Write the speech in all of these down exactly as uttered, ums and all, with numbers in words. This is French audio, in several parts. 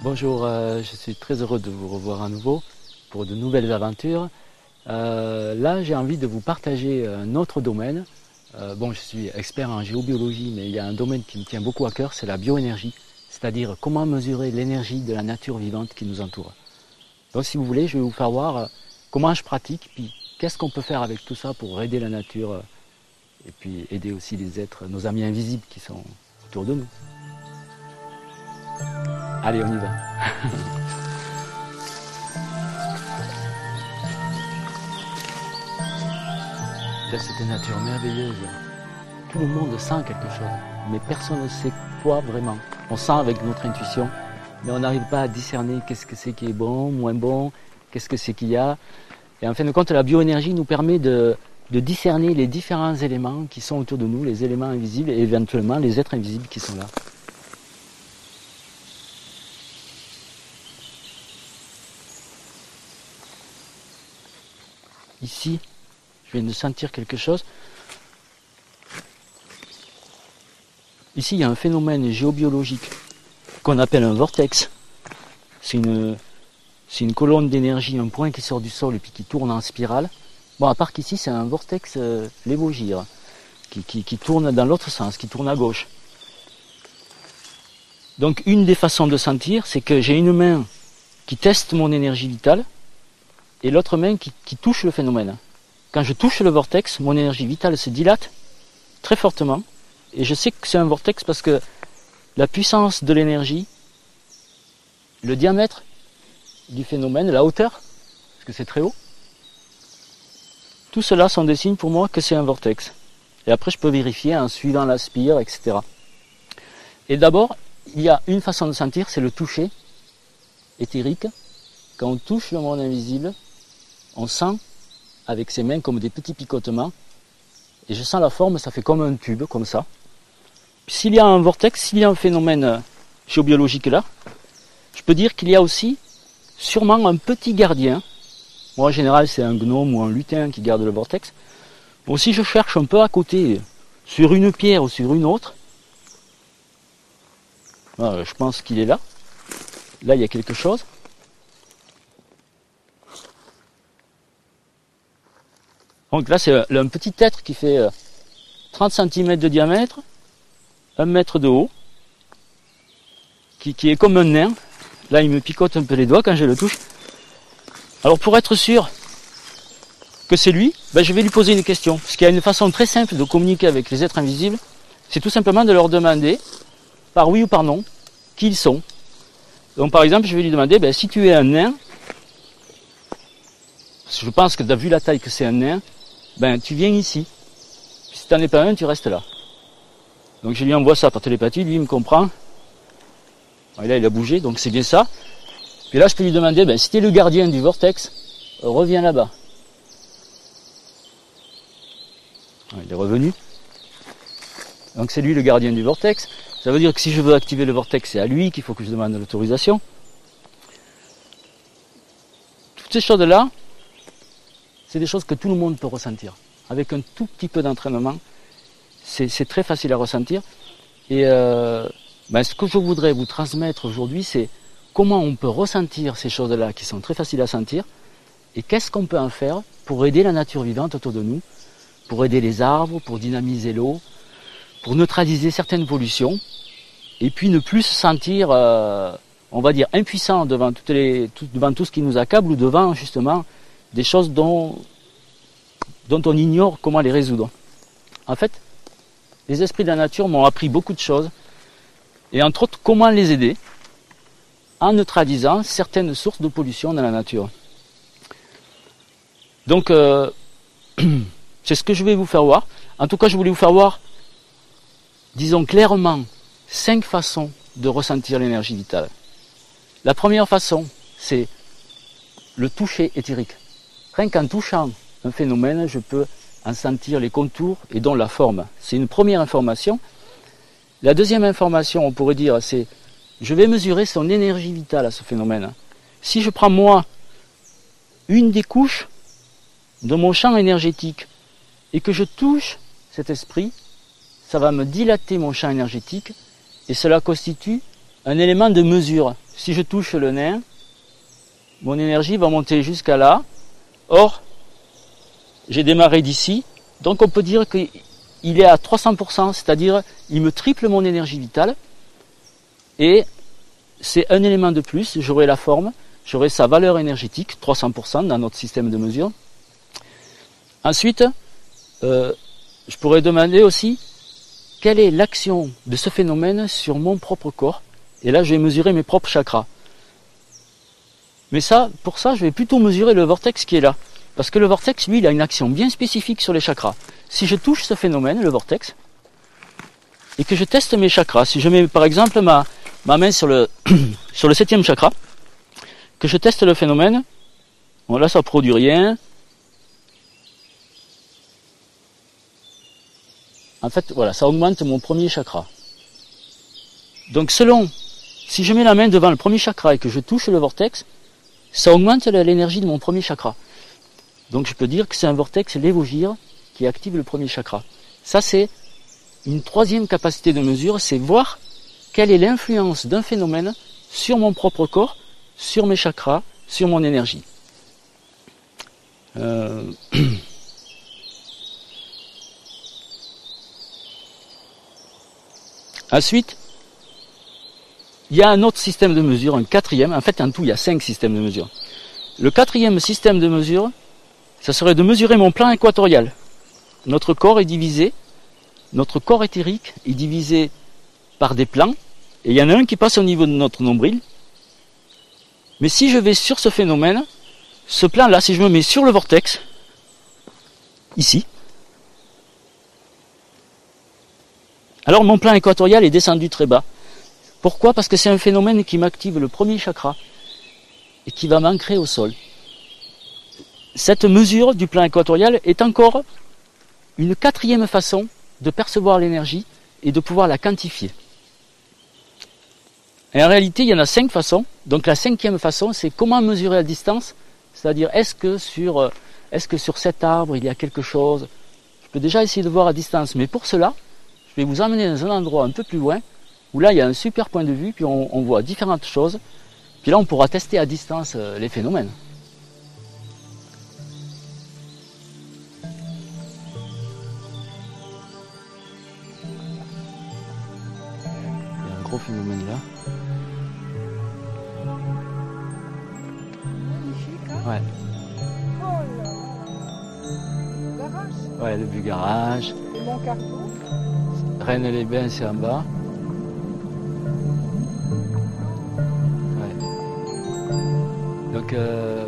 Bonjour, euh, je suis très heureux de vous revoir à nouveau pour de nouvelles aventures. Euh, là, j'ai envie de vous partager un autre domaine. Euh, bon, je suis expert en géobiologie, mais il y a un domaine qui me tient beaucoup à cœur, c'est la bioénergie, c'est-à-dire comment mesurer l'énergie de la nature vivante qui nous entoure. Donc, si vous voulez, je vais vous faire voir comment je pratique, puis qu'est-ce qu'on peut faire avec tout ça pour aider la nature et puis aider aussi les êtres, nos amis invisibles qui sont autour de nous. Allez, on y va. C'est une nature merveilleuse. Tout le monde sent quelque chose, mais personne ne sait quoi vraiment. On sent avec notre intuition, mais on n'arrive pas à discerner qu'est-ce que c'est qui est bon, moins bon, qu'est-ce que c'est qu'il y a. Et en fin de compte, la bioénergie nous permet de, de discerner les différents éléments qui sont autour de nous, les éléments invisibles et éventuellement les êtres invisibles qui sont là. Ici, je viens de sentir quelque chose. Ici, il y a un phénomène géobiologique qu'on appelle un vortex. C'est une, c'est une colonne d'énergie, un point qui sort du sol et puis qui tourne en spirale. Bon, à part qu'ici, c'est un vortex euh, lévogire, qui, qui, qui tourne dans l'autre sens, qui tourne à gauche. Donc, une des façons de sentir, c'est que j'ai une main qui teste mon énergie vitale, et l'autre main qui, qui touche le phénomène. Quand je touche le vortex, mon énergie vitale se dilate très fortement, et je sais que c'est un vortex parce que la puissance de l'énergie, le diamètre du phénomène, la hauteur, parce que c'est très haut, tout cela sont des signes pour moi que c'est un vortex. Et après je peux vérifier en suivant la spire, et cetera. Et d'abord, il y a une façon de sentir, c'est le toucher éthérique. Quand on touche le monde invisible, on sent avec ses mains comme des petits picotements, et je sens la forme, ça fait comme un tube, comme ça. S'il y a un vortex, s'il y a un phénomène géobiologique là, je peux dire qu'il y a aussi sûrement un petit gardien. Moi en général c'est un gnome ou un lutin qui garde le vortex. Bon, si je cherche un peu à côté, sur une pierre ou sur une autre, voilà, je pense qu'il est là. Là il y a quelque chose. Donc là, c'est un petit être qui fait trente centimètres de diamètre, un mètre de haut, qui, qui est comme un nain. Là, il me picote un peu les doigts quand je le touche. Alors, pour être sûr que c'est lui, ben, je vais lui poser une question. Parce qu'il y a une façon très simple de communiquer avec les êtres invisibles. C'est tout simplement de leur demander, par oui ou par non, qui ils sont. Donc, par exemple, je vais lui demander, ben, si tu es un nain, parce que je pense que tu as vu la taille que c'est un nain, ben tu viens ici. Puis si tu n'en es pas un, tu restes là. Donc je lui envoie ça par télépathie, lui il me comprend. Et là il a bougé, donc c'est bien ça. Puis là je peux lui demander, ben si tu es le gardien du vortex, reviens là-bas. Il est revenu. Donc c'est lui le gardien du vortex. Ça veut dire que si je veux activer le vortex, c'est à lui qu'il faut que je demande l'autorisation. Toutes ces choses-là, c'est des choses que tout le monde peut ressentir. Avec un tout petit peu d'entraînement, c'est, c'est très facile à ressentir. Et euh, ben ce que je voudrais vous transmettre aujourd'hui, c'est comment on peut ressentir ces choses-là qui sont très faciles à sentir, et qu'est-ce qu'on peut en faire pour aider la nature vivante autour de nous, pour aider les arbres, pour dynamiser l'eau, pour neutraliser certaines pollutions, et puis ne plus se sentir, euh, on va dire, impuissant devant, toutes les, tout, devant tout ce qui nous accable, ou devant justement des choses dont, dont on ignore comment les résoudre. En fait, les esprits de la nature m'ont appris beaucoup de choses, et entre autres, comment les aider en neutralisant certaines sources de pollution dans la nature. Donc, euh, c'est ce que je vais vous faire voir. En tout cas, je voulais vous faire voir, disons clairement, cinq façons de ressentir l'énergie vitale. La première façon, c'est le toucher éthérique. Rien qu'en touchant un phénomène, je peux en sentir les contours et donc la forme. C'est une première information. La deuxième information, on pourrait dire, c'est je vais mesurer son énergie vitale à ce phénomène. Si je prends moi une des couches de mon champ énergétique et que je touche cet esprit, ça va me dilater mon champ énergétique et cela constitue un élément de mesure. Si je touche le nain, mon énergie va monter jusqu'à là. Or, j'ai démarré d'ici, donc on peut dire qu'il est à trois cents pour cent, c'est-à-dire il me triple mon énergie vitale, et c'est un élément de plus, j'aurai la forme, j'aurai sa valeur énergétique, trois cents pour cent dans notre système de mesure. Ensuite, euh, je pourrais demander aussi quelle est l'action de ce phénomène sur mon propre corps, et là je vais mesurer mes propres chakras. Mais ça, pour ça, je vais plutôt mesurer le vortex qui est là. Parce que le vortex, lui, il a une action bien spécifique sur les chakras. Si je touche ce phénomène, le vortex, et que je teste mes chakras, si je mets par exemple ma, ma main sur le, sur le septième chakra, que je teste le phénomène, bon là ça ne produit rien. En fait, voilà, ça augmente mon premier chakra. Donc selon, si je mets la main devant le premier chakra et que je touche le vortex, ça augmente l'énergie de mon premier chakra. Donc je peux dire que c'est un vortex lévogire qui active le premier chakra. Ça c'est une troisième capacité de mesure, c'est voir quelle est l'influence d'un phénomène sur mon propre corps, sur mes chakras, sur mon énergie. Euh... Ensuite, il y a un autre système de mesure, un quatrième. En fait, en tout, il y a cinq systèmes de mesure. Le quatrième système de mesure, ça serait de mesurer mon plan équatorial. Notre corps est divisé, notre corps éthérique est divisé par des plans, et il y en a un qui passe au niveau de notre nombril. Mais si je vais sur ce phénomène, ce plan-là, si je me mets sur le vortex, ici, alors mon plan équatorial est descendu très bas. Pourquoi ? Parce que c'est un phénomène qui m'active le premier chakra et qui va m'ancrer au sol. Cette mesure du plan équatorial est encore une quatrième façon de percevoir l'énergie et de pouvoir la quantifier. Et en réalité, il y en a cinq façons. Donc la cinquième façon, c'est comment mesurer la distance. C'est-à-dire, est-ce que sur, est-ce que sur cet arbre, il y a quelque chose ? Je peux déjà essayer de voir à distance. Mais pour cela, je vais vous emmener dans un endroit un peu plus loin, où là, il y a un super point de vue, puis on, on voit différentes choses. Puis là, on pourra tester à distance euh, les phénomènes. Il y a un gros phénomène là. Magnifique, hein ? Ouais. Oh là là. Garage. Ouais, le Bugarage. Et mon carton. Rennes-les-Bains, c'est en bas. Donc euh,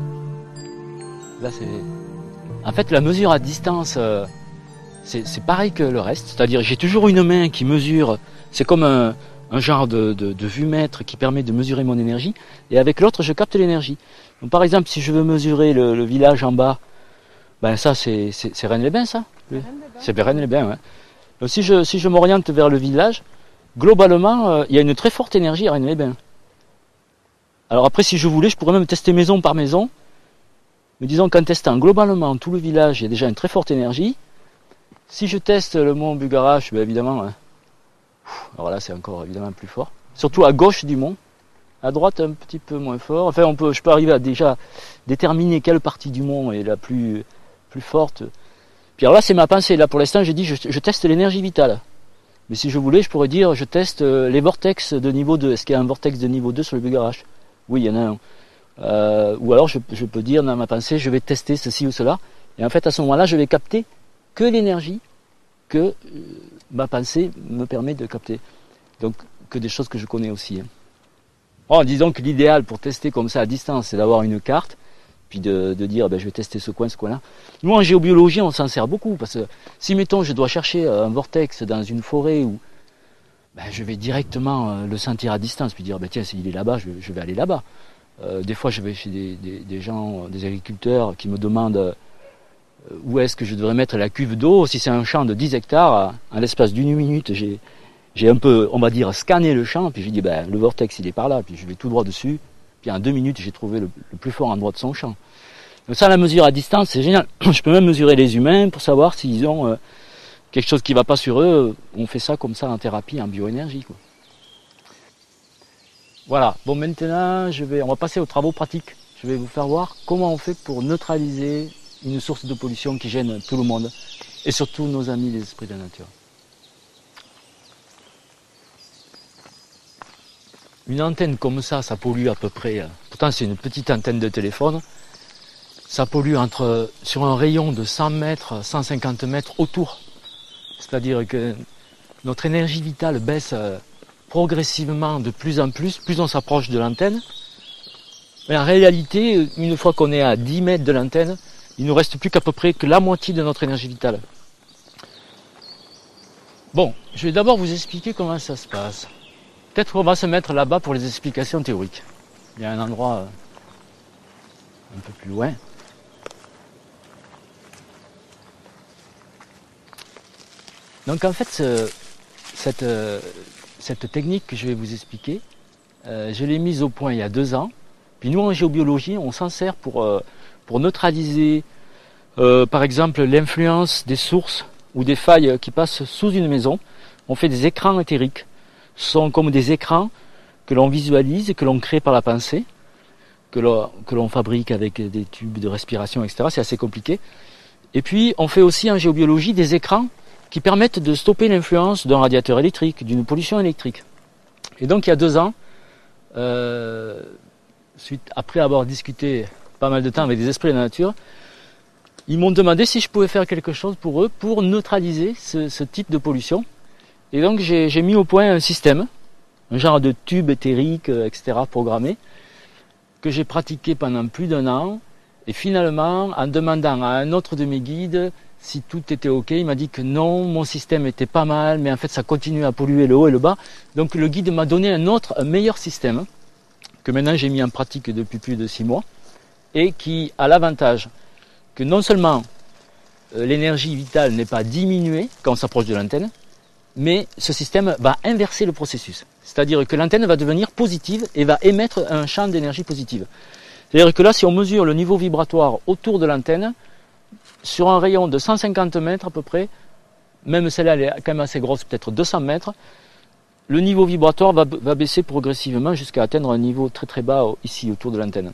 là c'est... En fait la mesure à distance euh, c'est, c'est pareil que le reste, c'est-à-dire j'ai toujours une main qui mesure, c'est comme un, un genre de, de, de vue-mètre qui permet de mesurer mon énergie, et avec l'autre je capte l'énergie. Donc par exemple si je veux mesurer le, le village en bas, ben ça c'est, c'est, c'est Rennes-les-Bains ça le... C'est Rennes-les-Bains, ouais. Donc si je, si je m'oriente vers le village, globalement euh, il y a une très forte énergie à Rennes-les-Bains. Alors après, si je voulais, je pourrais même tester maison par maison. Mais disons qu'en testant globalement tout le village, il y a déjà une très forte énergie. Si je teste le mont Bugarach, ben évidemment, hein, alors là c'est encore évidemment plus fort. Surtout à gauche du mont. À droite un petit peu moins fort. Enfin, on peut, je peux arriver à déjà déterminer quelle partie du mont est la plus, plus forte. Puis alors là, c'est ma pensée. Là, pour l'instant, j'ai dit je, je teste l'énergie vitale. Mais si je voulais, je pourrais dire je teste les vortex de niveau deux. Est-ce qu'il y a un vortex de niveau deux sur le Bugarach ? Oui, il y en a un. Euh, ou alors je, je peux dire dans ma pensée, je vais tester ceci ou cela. Et en fait, à ce moment-là, je vais capter que l'énergie que euh, ma pensée me permet de capter. Donc, que des choses que je connais aussi. Hein. Bon, disons que l'idéal pour tester comme ça à distance, c'est d'avoir une carte, puis de, de dire, ben, je vais tester ce coin, ce coin-là. Nous, en géobiologie, on s'en sert beaucoup, parce que si, mettons, je dois chercher un vortex dans une forêt où ben, je vais directement euh, le sentir à distance, puis dire, ben, tiens, s'il est là-bas, je, je vais aller là-bas. Euh, des fois, je vais chez des, des, des gens, des agriculteurs qui me demandent euh, où est-ce que je devrais mettre la cuve d'eau. Si c'est un champ de dix hectares, en l'espace d'une minute, j'ai, j'ai un peu, on va dire, scanné le champ, puis j'ai dit, ben, le vortex, il est par là, puis je vais tout droit dessus. Puis en deux minutes, j'ai trouvé le, le plus fort endroit de son champ. Donc ça, la mesure à distance, c'est génial. Je peux même mesurer les humains pour savoir s'ils ont... Euh, quelque chose qui ne va pas sur eux, on fait ça comme ça en thérapie, en bioénergie, quoi. Voilà, bon maintenant je vais, on va passer aux travaux pratiques. Je vais vous faire voir comment on fait pour neutraliser une source de pollution qui gêne tout le monde et surtout nos amis les esprits de la nature. Une antenne comme ça, ça pollue à peu près, pourtant c'est une petite antenne de téléphone, ça pollue entre, sur un rayon de cent mètres, cent cinquante mètres autour. C'est-à-dire que notre énergie vitale baisse progressivement de plus en plus, plus on s'approche de l'antenne. Mais en réalité, une fois qu'on est à dix mètres de l'antenne, il ne nous reste plus qu'à peu près que la moitié de notre énergie vitale. Bon, je vais d'abord vous expliquer comment ça se passe. Peut-être qu'on va se mettre là-bas pour les explications théoriques. Il y a un endroit un peu plus loin. Donc en fait, ce, cette, cette technique que je vais vous expliquer, euh, je l'ai mise au point il y a deux ans. Puis nous en géobiologie, on s'en sert pour, euh, pour neutraliser euh, par exemple l'influence des sources ou des failles qui passent sous une maison. On fait des écrans éthériques. Ce sont comme des écrans que l'on visualise, que l'on crée par la pensée, que l'on, que l'on fabrique avec des tubes de respiration, et cetera. C'est assez compliqué. Et puis on fait aussi en géobiologie des écrans qui permettent de stopper l'influence d'un radiateur électrique, d'une pollution électrique. Et donc il y a deux ans, euh, suite, après avoir discuté pas mal de temps avec des esprits de la nature, ils m'ont demandé si je pouvais faire quelque chose pour eux, pour neutraliser ce, ce type de pollution. Et donc j'ai, j'ai mis au point un système, un genre de tube éthérique, et cetera programmé, que j'ai pratiqué pendant plus d'un an. Et finalement, en demandant à un autre de mes guides si tout était ok, il m'a dit que non, mon système était pas mal, mais en fait ça continuait à polluer le haut et le bas. Donc le guide m'a donné un autre, un meilleur système, que maintenant j'ai mis en pratique depuis plus de six mois, et qui a l'avantage que non seulement euh, l'énergie vitale n'est pas diminuée quand on s'approche de l'antenne, mais ce système va inverser le processus. C'est-à-dire que l'antenne va devenir positive et va émettre un champ d'énergie positive. C'est-à-dire que là, si on mesure le niveau vibratoire autour de l'antenne, sur un rayon de cent cinquante mètres à peu près, même celle-là elle est quand même assez grosse, peut-être deux cents mètres, le niveau vibratoire va, va baisser progressivement jusqu'à atteindre un niveau très très bas ici autour de l'antenne.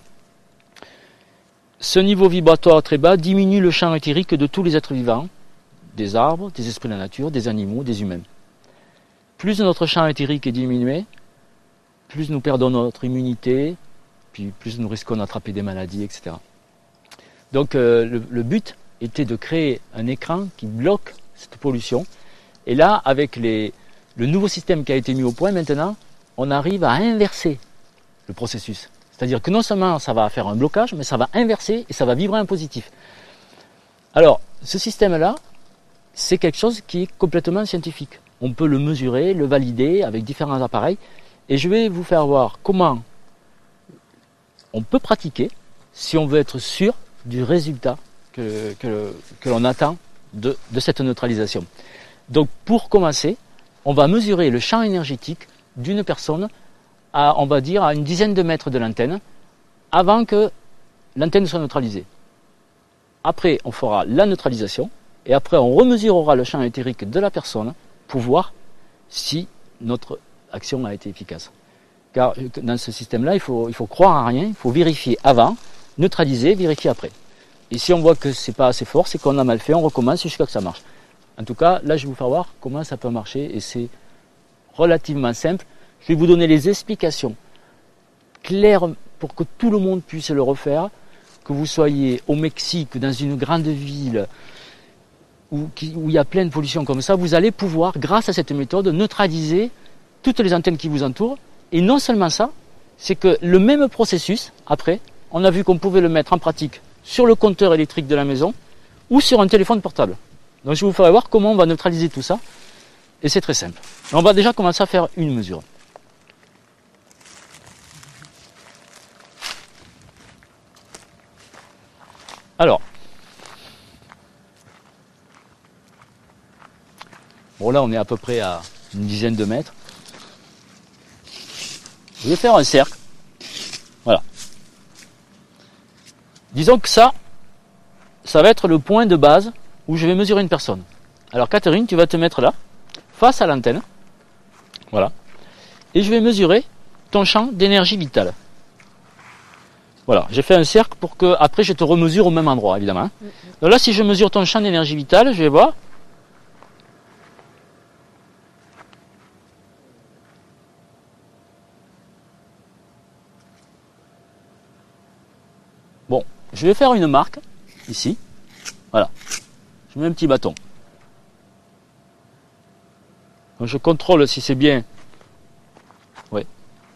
Ce niveau vibratoire très bas diminue le champ éthérique de tous les êtres vivants, des arbres, des esprits de la nature, des animaux, des humains. Plus notre champ éthérique est diminué, plus nous perdons notre immunité, puis plus nous risquons d'attraper des maladies, et cetera. Donc euh, le, le but était de créer un écran qui bloque cette pollution. Et là, avec les, le nouveau système qui a été mis au point maintenant, on arrive à inverser le processus. C'est-à-dire que non seulement ça va faire un blocage, mais ça va inverser et ça va vibrer en positif. Alors, ce système-là, c'est quelque chose qui est complètement scientifique. On peut le mesurer, le valider avec différents appareils. Et je vais vous faire voir comment on peut pratiquer si on veut être sûr du résultat que, que, que l'on attend de, de cette neutralisation. Donc pour commencer, on va mesurer le champ énergétique d'une personne à, on va dire, à une dizaine de mètres de l'antenne avant que l'antenne soit neutralisée. Après, on fera la neutralisation et après, on remesurera le champ éthérique de la personne pour voir si notre action a été efficace. Car dans ce système-là, il faut, il faut croire à rien, il faut vérifier avant, neutraliser, vérifier après. Et si on voit que c'est pas assez fort, c'est qu'on a mal fait, on recommence jusqu'à ce que ça marche. En tout cas, là, je vais vous faire voir comment ça peut marcher et c'est relativement simple. Je vais vous donner les explications claires pour que tout le monde puisse le refaire, que vous soyez au Mexique, dans une grande ville où, où il y a plein de pollution comme ça, vous allez pouvoir, grâce à cette méthode, neutraliser toutes les antennes qui vous entourent. Et non seulement ça, c'est que le même processus, après, on a vu qu'on pouvait le mettre en pratique sur le compteur électrique de la maison ou sur un téléphone portable. Donc je vous ferai voir comment on va neutraliser tout ça. Et c'est très simple. On va déjà commencer à faire une mesure. Alors, bon là on est à peu près à une dizaine de mètres. Je vais faire un cercle. Voilà. Disons que ça, ça va être le point de base où je vais mesurer une personne. Alors Catherine, tu vas te mettre là, face à l'antenne. Voilà. Et je vais mesurer ton champ d'énergie vitale. Voilà, j'ai fait un cercle pour que après je te remesure au même endroit, évidemment. Donc là, si je mesure ton champ d'énergie vitale, je vais voir. Bon, je vais faire une marque, ici. Voilà. Je mets un petit bâton. Donc je contrôle si c'est bien. Ouais.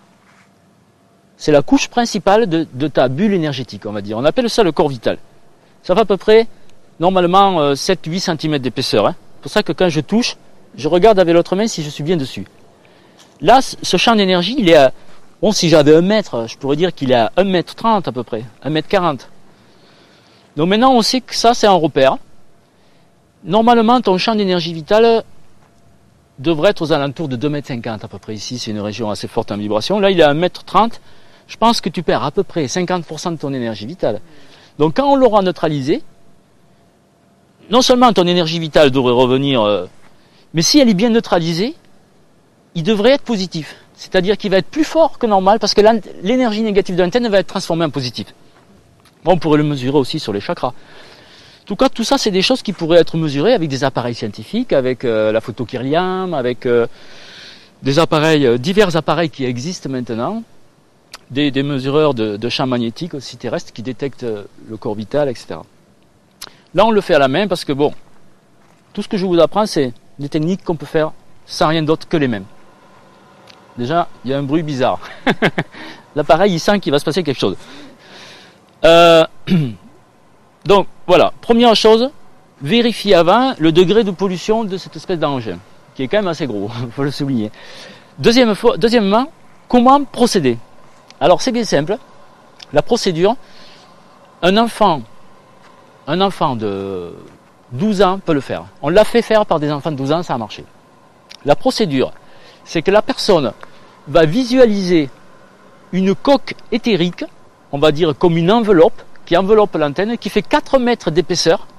C'est la couche principale de, de ta bulle énergétique, on va dire. On appelle ça le corps vital. Ça fait à peu près, normalement, euh, sept à huit centimètres d'épaisseur. Hein. C'est pour ça que quand je touche, je regarde avec l'autre main si je suis bien dessus. Là, ce champ d'énergie, il est à... Bon, si j'avais un mètre, je pourrais dire qu'il est à un mètre trente à peu près, un mètre quarante. Donc maintenant, on sait que ça, c'est un repère. Normalement, ton champ d'énergie vitale devrait être aux alentours de deux mètres cinquante à peu près. Ici, c'est une région assez forte en vibration. Là, il est à un mètre trente. Je pense que tu perds à peu près cinquante pour cent de ton énergie vitale. Donc quand on l'aura neutralisé, non seulement ton énergie vitale devrait revenir, euh, mais si elle est bien neutralisée, il devrait être positif. C'est-à-dire qu'il va être plus fort que normal parce que l'énergie négative de l'antenne va être transformée en positif. Bon, on pourrait le mesurer aussi sur les chakras. En tout cas, tout ça, c'est des choses qui pourraient être mesurées avec des appareils scientifiques, avec euh, la photo Kirlian, avec euh, des appareils, euh, divers appareils qui existent maintenant, des, des mesureurs de, de champs magnétiques aussi terrestres qui détectent euh, le corps vital, et cetera. Là, on le fait à la main parce que, bon, tout ce que je vous apprends, c'est des techniques qu'on peut faire sans rien d'autre que les mêmes. Déjà, il y a un bruit bizarre. L'appareil, il sent qu'il va se passer quelque chose. Euh, donc, voilà. Première chose, vérifier avant le degré de pollution de cette espèce d'engin, qui est quand même assez gros, il faut le souligner. Deuxième fois, deuxièmement, comment procéder? Alors, c'est bien simple. La procédure, un enfant, un enfant de douze ans peut le faire. On l'a fait faire par des enfants de douze ans, ça a marché. La procédure, c'est que la personne va visualiser une coque éthérique, on va dire comme une enveloppe, qui enveloppe l'antenne, qui fait quatre mètres d'épaisseur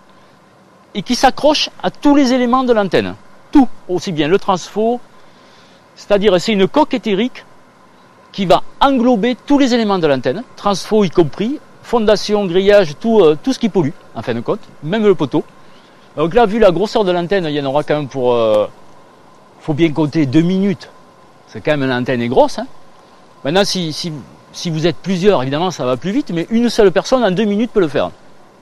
et qui s'accroche à tous les éléments de l'antenne. Tout, aussi bien le transfo, c'est-à-dire c'est une coque éthérique qui va englober tous les éléments de l'antenne, transfo y compris, fondation, grillage, tout, euh, tout ce qui pollue, en fin de compte, même le poteau. Donc là, vu la grosseur de l'antenne, il y en aura quand même pour... Euh, faut bien compter deux minutes. C'est quand même, l'antenne est grosse. Hein. Maintenant, si, si, si vous êtes plusieurs, évidemment, ça va plus vite, mais une seule personne en deux minutes peut le faire.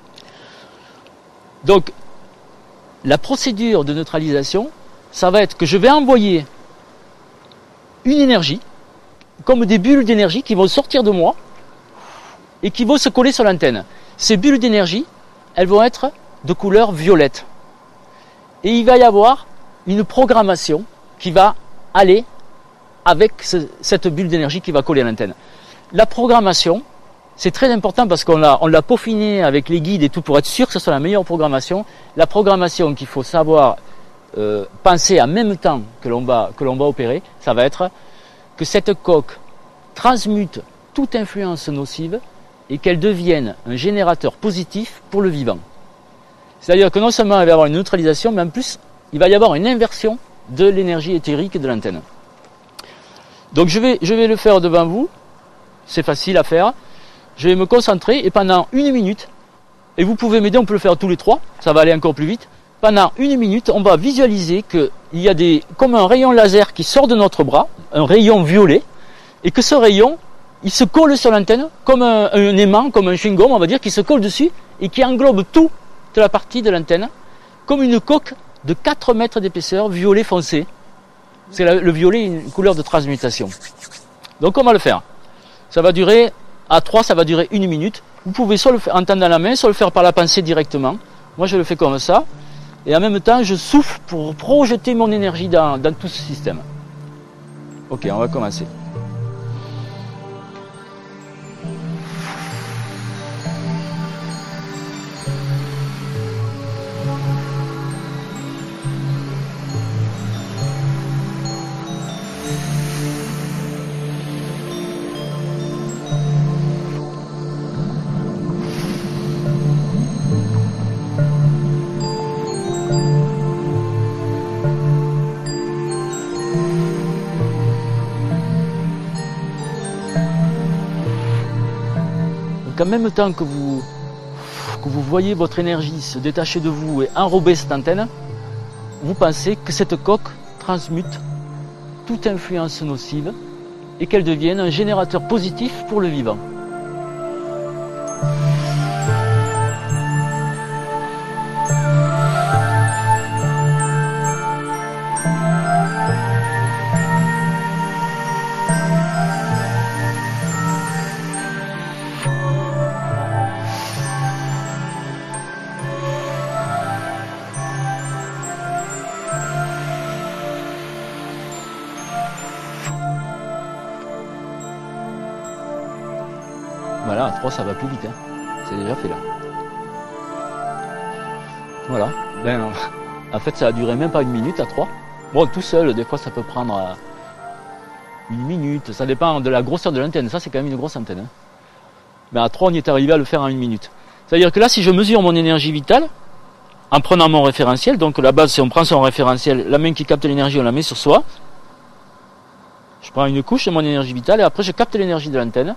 Donc, la procédure de neutralisation, ça va être que je vais envoyer une énergie, comme des bulles d'énergie qui vont sortir de moi et qui vont se coller sur l'antenne. Ces bulles d'énergie, elles vont être de couleur violette. Et il va y avoir une programmation qui va aller avec ce, cette bulle d'énergie qui va coller à l'antenne. La programmation, c'est très important parce qu'on l'a, on l'a peaufiné avec les guides et tout pour être sûr que ce soit la meilleure programmation. La programmation qu'il faut savoir euh, penser en même temps que l'on va, que l'on va opérer, ça va être que cette coque transmute toute influence nocive et qu'elle devienne un générateur positif pour le vivant. C'est-à-dire que non seulement il va y avoir une neutralisation, mais en plus, il va y avoir une inversion de l'énergie éthérique de l'antenne. Donc je vais, je vais le faire devant vous, c'est facile à faire. Je vais me concentrer et pendant une minute, et vous pouvez m'aider, on peut le faire tous les trois, ça va aller encore plus vite. Pendant une minute, on va visualiser qu'il y a des, comme un rayon laser qui sort de notre bras, un rayon violet, et que ce rayon, il se colle sur l'antenne comme un, un aimant, comme un chewing-gum, on va dire, qui se colle dessus et qui englobe toute la partie de l'antenne, comme une coque de quatre mètres d'épaisseur, violet foncé. C'est la, le violet, une couleur de transmutation. Donc on va le faire. Ça va durer, à trois, ça va durer une minute. Vous pouvez soit le faire en tendant la main, soit le faire par la pensée directement. Moi je le fais comme ça. Et en même temps, je souffle pour projeter mon énergie dans, dans tout ce système. Ok, on va commencer. qu'en même temps que vous, que vous voyez votre énergie se détacher de vous et enrober cette antenne, vous pensez que cette coque transmute toute influence nocive et qu'elle devienne un générateur positif pour le vivant. Voilà, à trois ça va plus vite, hein. C'est déjà fait là. Voilà, ben, en fait ça a duré même pas une minute à trois. Bon, tout seul, des fois ça peut prendre euh, une minute, ça dépend de la grosseur de l'antenne, ça c'est quand même une grosse antenne. Hein. Mais à trois on y est arrivé à le faire en une minute. C'est-à-dire que là si je mesure mon énergie vitale, en prenant mon référentiel, donc la base c'est on prend son référentiel, la main qui capte l'énergie on la met sur soi, je prends une couche de mon énergie vitale et après je capte l'énergie de l'antenne.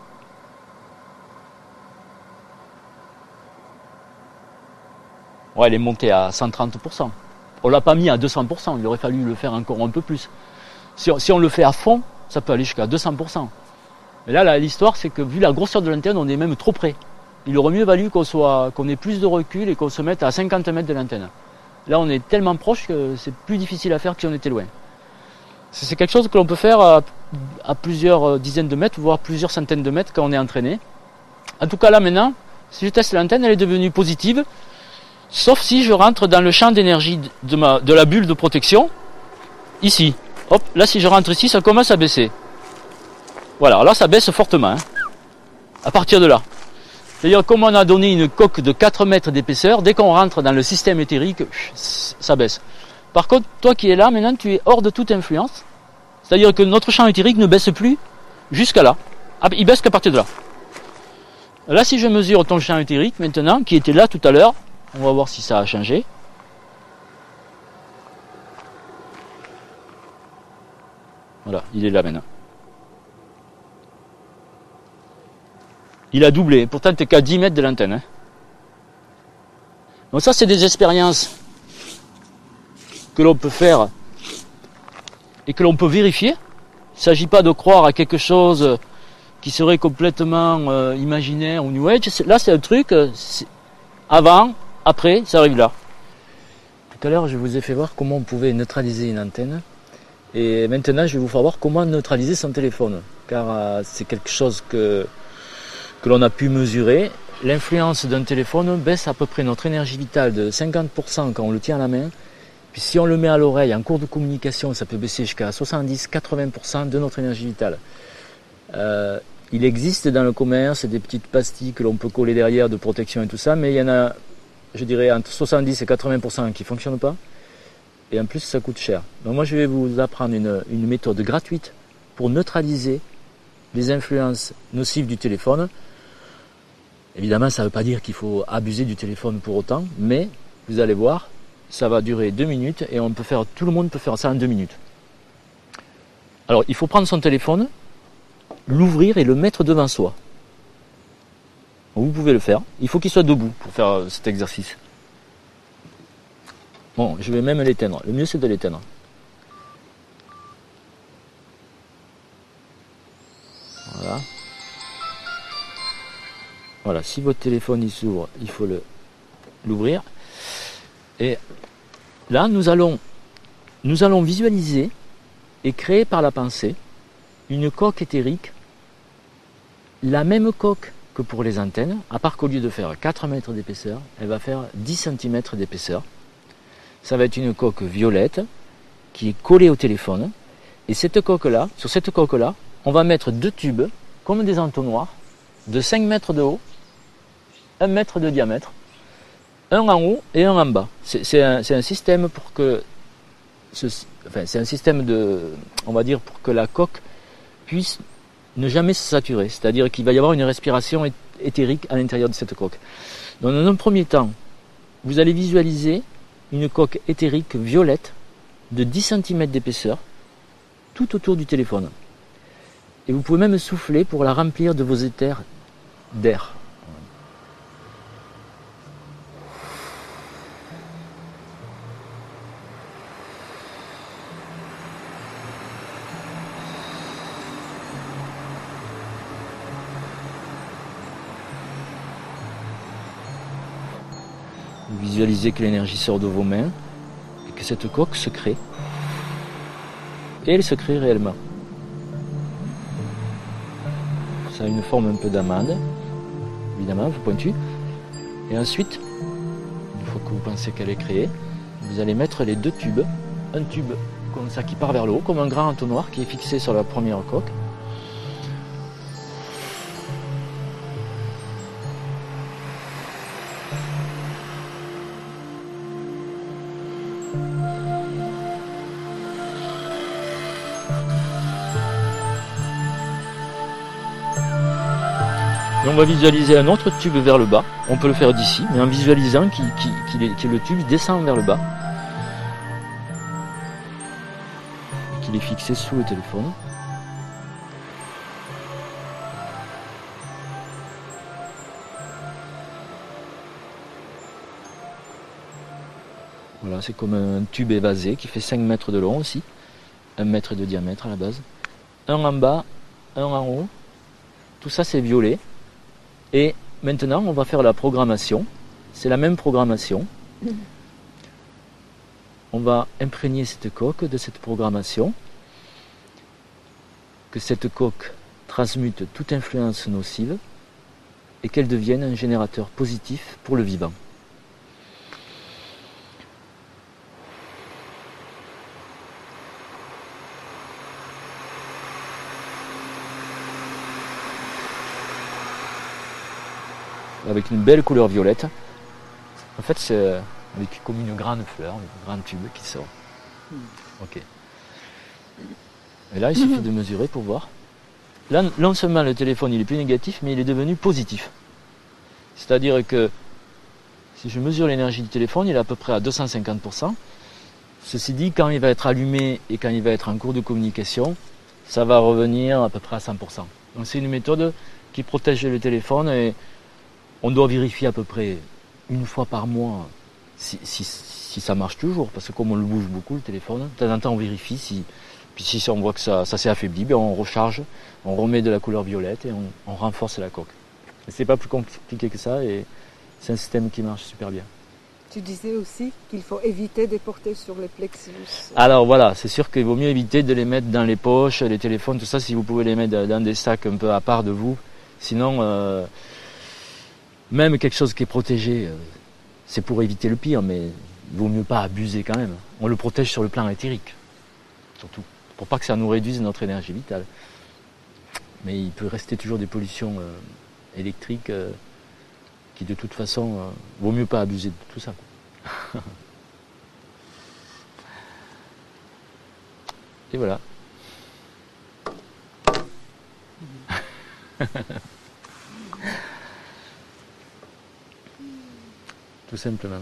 Ouais, elle est montée à cent trente pour cent. On l'a pas mis à deux cents pour cent, il aurait fallu le faire encore un peu plus. Si on, si on le fait à fond, ça peut aller jusqu'à deux cents pour cent. Mais là, là l'histoire, c'est que vu la grosseur de l'antenne, on est même trop près. Il aurait mieux valu qu'on soit, qu'on ait plus de recul et qu'on se mette à cinquante mètres de l'antenne. Là, on est tellement proche que c'est plus difficile à faire que si on était loin. C'est quelque chose que l'on peut faire à, à plusieurs dizaines de mètres, voire plusieurs centaines de mètres quand on est entraîné. En tout cas, là maintenant, si je teste l'antenne, elle est devenue positive. Sauf si je rentre dans le champ d'énergie de, ma, de la bulle de protection, ici. Hop, là si je rentre ici, ça commence à baisser. Voilà, là ça baisse fortement. Hein, à partir de là. C'est-à-dire comme on a donné une coque de quatre mètres d'épaisseur, dès qu'on rentre dans le système éthérique, ça baisse. Par contre, toi qui es là, maintenant tu es hors de toute influence. C'est-à-dire que notre champ éthérique ne baisse plus jusqu'à là. Ah, il baisse qu'à partir de là. Là si je mesure ton champ éthérique maintenant, qui était là tout à l'heure, on va voir si ça a changé. Voilà, il est là maintenant. Il a doublé. Pourtant, tu n'es qu'à dix mètres de l'antenne. Hein. Donc ça, c'est des expériences que l'on peut faire et que l'on peut vérifier. Il ne s'agit pas de croire à quelque chose qui serait complètement euh, imaginaire ou New Age. Là, c'est un truc, c'est avant, après, ça arrive là. Tout à l'heure, je vous ai fait voir comment on pouvait neutraliser une antenne. Et maintenant, je vais vous faire voir comment neutraliser son téléphone. Car euh, c'est quelque chose que, que l'on a pu mesurer. L'influence d'un téléphone baisse à peu près notre énergie vitale de cinquante pour cent quand on le tient à la main. Puis si on le met à l'oreille en cours de communication, ça peut baisser jusqu'à soixante-dix à quatre-vingts pour cent de notre énergie vitale. Euh, il existe dans le commerce des petites pastilles que l'on peut coller derrière de protection et tout ça, mais il y en a, je dirais, entre soixante-dix et quatre-vingts pour cent qui ne fonctionnent pas. Et en plus, ça coûte cher. Donc moi, je vais vous apprendre une, une méthode gratuite pour neutraliser les influences nocives du téléphone. Évidemment, ça ne veut pas dire qu'il faut abuser du téléphone pour autant, mais vous allez voir, ça va durer deux minutes et on peut faire, tout le monde peut faire ça en deux minutes. Alors, il faut prendre son téléphone, l'ouvrir et le mettre devant soi. Vous pouvez le faire. Il faut qu'il soit debout pour faire cet exercice. Bon, je vais même l'éteindre. Le mieux, c'est de l'éteindre. Voilà. Voilà, si votre téléphone il s'ouvre, il faut le l'ouvrir. Et là, nous allons, nous allons visualiser et créer par la pensée une coque éthérique, la même coque que pour les antennes, à part qu'au lieu de faire quatre mètres d'épaisseur, elle va faire dix centimètres d'épaisseur. Ça va être une coque violette qui est collée au téléphone. Et cette coque-là, sur cette coque-là, on va mettre deux tubes, comme des entonnoirs, de cinq mètres de haut, un mètre de diamètre, un en haut et un en bas. C'est un, un système pour que, ce, enfin, c'est un système de, on va dire, pour que la coque puisse ne jamais se saturer. C'est-à-dire qu'il va y avoir une respiration éthérique à l'intérieur de cette coque. Donc, dans un premier temps, vous allez visualiser une coque éthérique violette de dix centimètres d'épaisseur tout autour du téléphone. Et vous pouvez même souffler pour la remplir de vos éthers d'air. Vous visualisez que l'énergie sort de vos mains et que cette coque se crée. Et elle se crée réellement. Ça a une forme un peu d'amande, évidemment, vous pointu. Et ensuite, une fois que vous pensez qu'elle est créée, vous allez mettre les deux tubes. Un tube comme ça qui part vers le haut, comme un grand entonnoir qui est fixé sur la première coque. Et on va visualiser un autre tube vers le bas. On peut le faire d'ici, mais en visualisant qu'il, qu'il, qu'il est, que le tube descend vers le bas. Et qu'il est fixé sous le téléphone. Voilà, c'est comme un tube évasé qui fait cinq mètres de long aussi. un mètre de diamètre à la base. Un en bas, un en haut. Tout ça c'est violet. Et maintenant, on va faire la programmation. C'est la même programmation. On va imprégner cette coque de cette programmation. Que cette coque transmute toute influence nocive et qu'elle devienne un générateur positif pour le vivant. Avec une belle couleur violette. En fait, c'est avec comme une grande fleur, un grand tube qui sort. Ok. Et là, il suffit de mesurer pour voir. Là, non seulement le téléphone il est plus négatif, mais il est devenu positif. C'est-à-dire que si je mesure l'énergie du téléphone, il est à peu près à deux cent cinquante pour cent. Ceci dit, quand il va être allumé et quand il va être en cours de communication, ça va revenir à peu près à cent pour cent. Donc c'est une méthode qui protège le téléphone et on doit vérifier à peu près une fois par mois si, si, si ça marche toujours, parce que comme on le bouge beaucoup le téléphone, de temps en temps on vérifie, si, puis si on voit que ça, ça s'est affaibli, bien on recharge, on remet de la couleur violette et on, on renforce la coque. Et c'est pas plus compliqué que ça et c'est un système qui marche super bien. Tu disais aussi qu'il faut éviter de porter sur les plexus. Alors voilà, c'est sûr qu'il vaut mieux éviter de les mettre dans les poches, les téléphones, tout ça, si vous pouvez les mettre dans des sacs un peu à part de vous, sinon... Euh, Même quelque chose qui est protégé, c'est pour éviter le pire, mais il vaut mieux pas abuser quand même. On le protège sur le plan éthérique, surtout, pour pas que ça nous réduise notre énergie vitale. Mais il peut rester toujours des pollutions euh, électriques euh, qui, de toute façon, euh, vaut mieux pas abuser de tout ça. Et voilà. Tout simplement.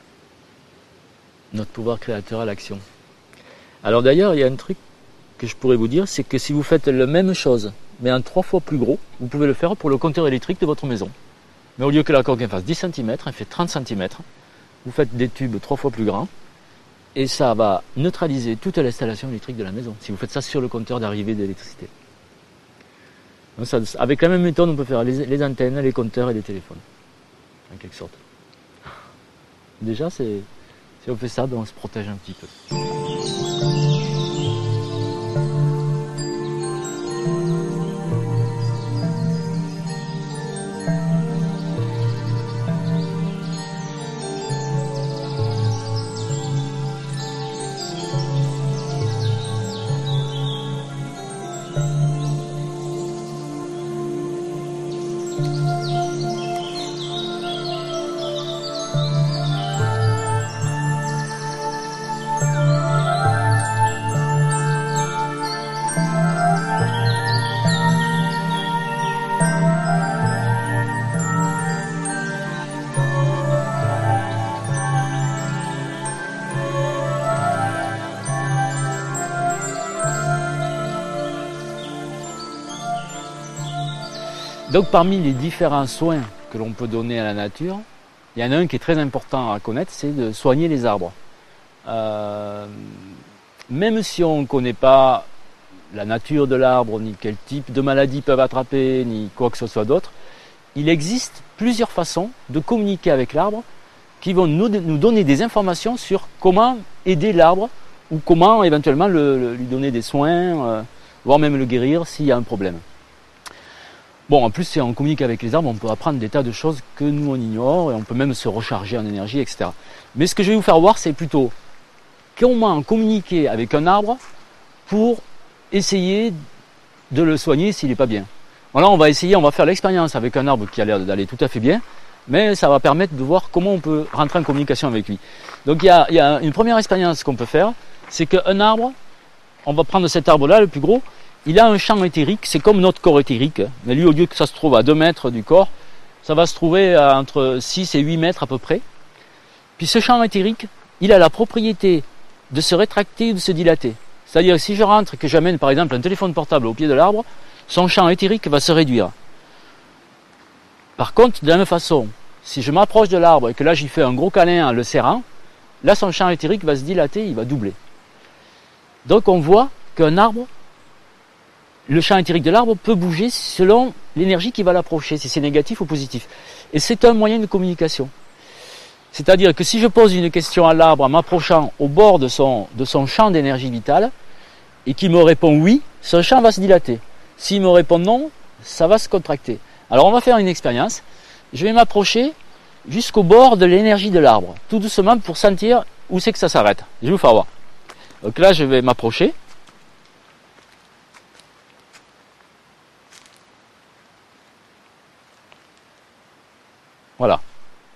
Notre pouvoir créateur à l'action. Alors d'ailleurs, il y a un truc que je pourrais vous dire, c'est que si vous faites la même chose, mais en trois fois plus gros, vous pouvez le faire pour le compteur électrique de votre maison. Mais au lieu que la coque fasse dix centimètres, elle fait trente centimètres. Vous faites des tubes trois fois plus grands, et ça va neutraliser toute l'installation électrique de la maison, si vous faites ça sur le compteur d'arrivée d'électricité. Donc ça, avec la même méthode, on peut faire les, les antennes, les compteurs et les téléphones, en quelque sorte. Déjà, c'est, si on fait ça, ben on se protège un petit peu. Donc parmi les différents soins que l'on peut donner à la nature, il y en a un qui est très important à connaître, c'est de soigner les arbres. Euh, même si on ne connaît pas la nature de l'arbre, ni quel type de maladies peuvent attraper, ni quoi que ce soit d'autre, il existe plusieurs façons de communiquer avec l'arbre qui vont nous, nous donner des informations sur comment aider l'arbre ou comment éventuellement le, le, lui donner des soins, euh, voire même le guérir s'il y a un problème. Bon, en plus, si on communique avec les arbres, on peut apprendre des tas de choses que nous on ignore et on peut même se recharger en énergie, et cetera. Mais ce que je vais vous faire voir, c'est plutôt comment communiquer avec un arbre pour essayer de le soigner s'il n'est pas bien. Voilà, on va essayer, on va faire l'expérience avec un arbre qui a l'air d'aller tout à fait bien, mais ça va permettre de voir comment on peut rentrer en communication avec lui. Donc il y a, il y a une première expérience qu'on peut faire, c'est qu'un arbre, on va prendre cet arbre-là, le plus gros, il a un champ éthérique, c'est comme notre corps éthérique, mais lui, au lieu que ça se trouve à deux mètres du corps, ça va se trouver à entre six et huit mètres à peu près. Puis ce champ éthérique, il a la propriété de se rétracter ou de se dilater. C'est-à-dire si je rentre et que j'amène par exemple un téléphone portable au pied de l'arbre, son champ éthérique va se réduire. Par contre, de la même façon, si je m'approche de l'arbre et que là j'y fais un gros câlin en le serrant, là son champ éthérique va se dilater, il va doubler. Donc on voit qu'un arbre, le champ éthérique de l'arbre peut bouger selon l'énergie qui va l'approcher, si c'est négatif ou positif. Et c'est un moyen de communication. C'est-à-dire que si je pose une question à l'arbre en m'approchant au bord de son, de son champ d'énergie vitale, et qu'il me répond oui, son champ va se dilater. S'il me répond non, ça va se contracter. Alors on va faire une expérience. Je vais m'approcher jusqu'au bord de l'énergie de l'arbre, tout doucement pour sentir où c'est que ça s'arrête. Je vais vous faire voir. Donc là, je vais m'approcher. Voilà.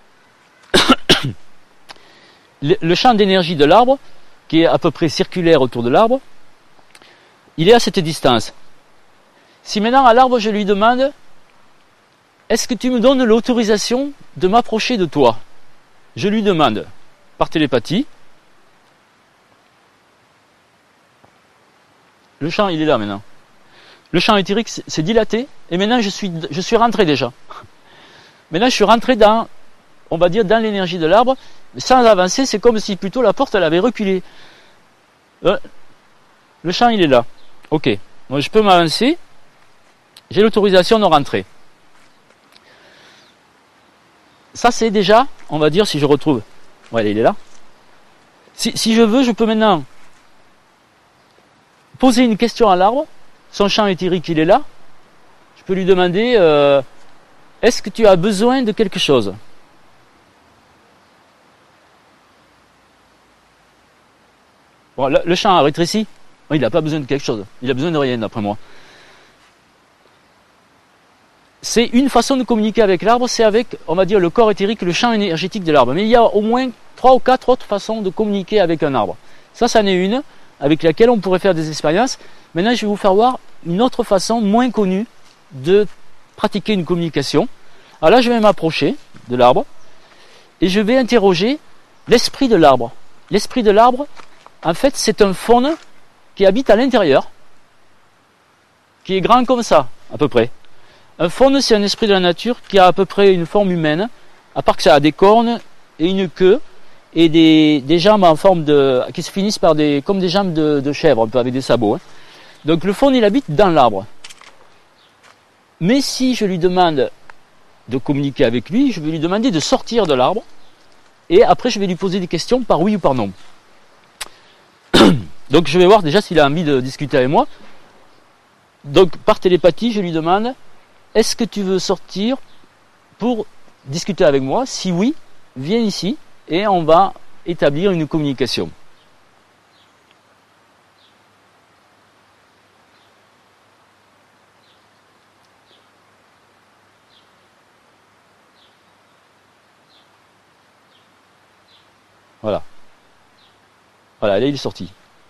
Le, le champ d'énergie de l'arbre, qui est à peu près circulaire autour de l'arbre, il est à cette distance. Si maintenant à l'arbre je lui demande, est-ce que tu me donnes l'autorisation de m'approcher de toi? Je lui demande, par télépathie, le champ il est là maintenant. Le champ éthérique s'est dilaté et maintenant je suis, je suis rentré déjà. Maintenant je suis rentré dans, on va dire, dans l'énergie de l'arbre, mais sans avancer, c'est comme si plutôt la porte elle avait reculé. Euh, le champ il est là. Ok, moi je peux m'avancer, j'ai l'autorisation de rentrer. Ça c'est déjà, on va dire, si je retrouve, voilà, il est là. Si, si je veux, je peux maintenant poser une question à l'arbre, son champ éthérique il est là, je peux lui demander, euh, est-ce que tu as besoin de quelque chose? Bon, le, le champ a rétréci, il n'a pas besoin de quelque chose, il a besoin de rien d'après moi. C'est une façon de communiquer avec l'arbre, c'est avec, on va dire, le corps éthérique, le champ énergétique de l'arbre. Mais il y a au moins trois ou quatre autres façons de communiquer avec un arbre. Ça, c'en est une, avec laquelle on pourrait faire des expériences. Maintenant, je vais vous faire voir une autre façon moins connue de pratiquer une communication. Alors là, je vais m'approcher de l'arbre et je vais interroger l'esprit de l'arbre. L'esprit de l'arbre, en fait, c'est un faune qui habite à l'intérieur, qui est grand comme ça, à peu près. Un faune, c'est un esprit de la nature qui a à peu près une forme humaine, à part que ça a des cornes et une queue et des, des jambes en forme de, qui se finissent par des, comme des jambes de, de chèvre, un peu avec des sabots. Hein. Donc le faune, il habite dans l'arbre. Mais si je lui demande de communiquer avec lui, je vais lui demander de sortir de l'arbre et après je vais lui poser des questions par oui ou par non. Donc je vais voir déjà s'il a envie de discuter avec moi. Donc par télépathie, je lui demande, est-ce que tu veux sortir pour discuter avec moi? Si oui, viens ici et on va établir une communication. Voilà. Voilà, là il est sorti.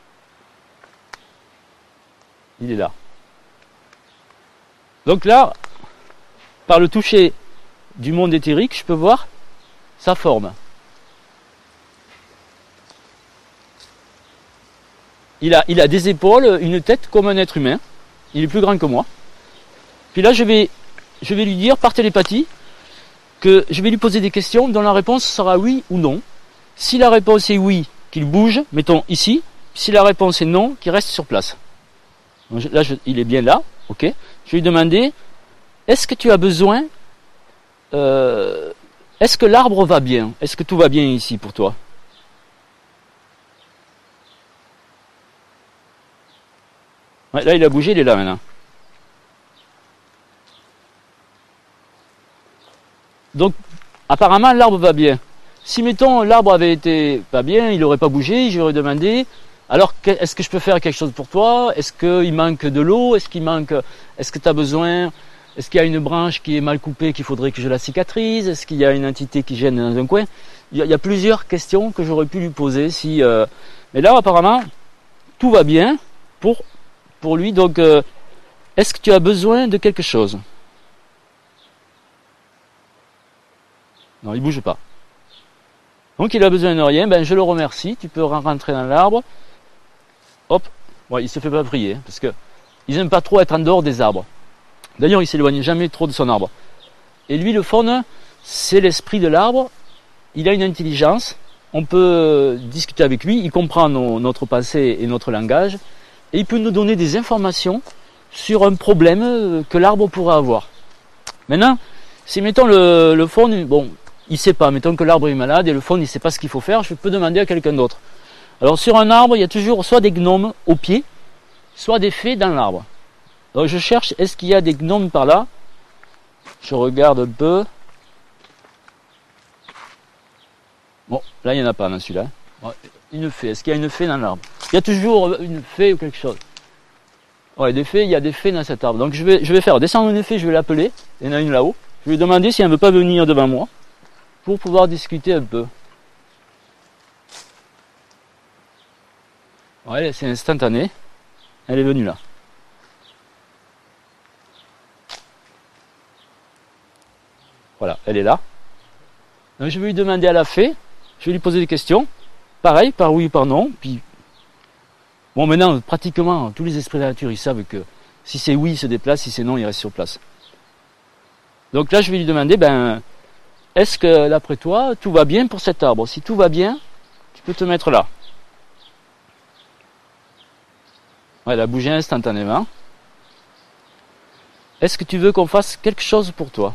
Il est là. Donc là, par le toucher du monde éthérique, je peux voir sa forme. Il a, il a des épaules, une tête comme un être humain. Il est plus grand que moi. Puis là, je vais je vais lui dire par télépathie que je vais lui poser des questions dont la réponse sera oui ou non. Si la réponse est oui, qu'il bouge, mettons ici. Si la réponse est non, qu'il reste sur place. Donc, là, je, il est bien là, ok. Je vais lui demander, est-ce que tu as besoin, euh, est-ce que l'arbre va bien? Est-ce que tout va bien ici pour toi? Ouais, là, il a bougé, il est là maintenant. Donc, apparemment, l'arbre va bien. Si, mettons, l'arbre avait été pas bien, il n'aurait pas bougé, je lui aurais demandé, alors, est-ce que je peux faire quelque chose pour toi? Est-ce qu'il manque de l'eau? Est-ce qu'il manque, est-ce que tu as besoin, est-ce qu'il y a une branche qui est mal coupée qu'il faudrait que je la cicatrise? Est-ce qu'il y a une entité qui gêne dans un coin? Il y a, il y a plusieurs questions que j'aurais pu lui poser si, euh... mais là, apparemment, tout va bien pour, pour lui. Donc, euh, est-ce que tu as besoin de quelque chose? Non, il bouge pas. Donc il a besoin de rien, ben je le remercie, tu peux rentrer dans l'arbre. Hop, ouais, il se fait pas prier, parce que ils n'aiment pas trop être en dehors des arbres. D'ailleurs, il s'éloigne jamais trop de son arbre. Et lui, le faune, c'est l'esprit de l'arbre, il a une intelligence, on peut discuter avec lui, il comprend nos, notre pensée et notre langage, et il peut nous donner des informations sur un problème que l'arbre pourrait avoir. Maintenant, si mettons le, le faune, bon, il ne sait pas, mettons que l'arbre est malade et le faune il ne sait pas ce qu'il faut faire, je peux demander à quelqu'un d'autre. Alors sur un arbre, il y a toujours soit des gnomes au pied, soit des fées dans l'arbre. Donc je cherche, est-ce qu'il y a des gnomes par là? Je regarde un peu. Bon, là il n'y en a pas dans celui-là. Une fée, est-ce qu'il y a une fée dans l'arbre? Il y a toujours une fée ou quelque chose. Ouais, des fées, il y a des fées dans cet arbre. Donc je vais, je vais faire descendre une fée, je vais l'appeler. Il y en a une là-haut. Je vais lui demander si elle ne veut pas venir devant moi pour pouvoir discuter un peu. Ouais, c'est instantané. Elle est venue là. Voilà, elle est là. Donc je vais lui demander à la fée, je vais lui poser des questions. Pareil, par oui, par non. Puis, bon, maintenant, pratiquement, tous les esprits de la nature, ils savent que si c'est oui, il se déplace, si c'est non, il reste sur place. Donc là, je vais lui demander, ben, est-ce que, d'après toi, tout va bien pour cet arbre? Si tout va bien, tu peux te mettre là. Ouais, elle a bougé instantanément. Est-ce que tu veux qu'on fasse quelque chose pour toi?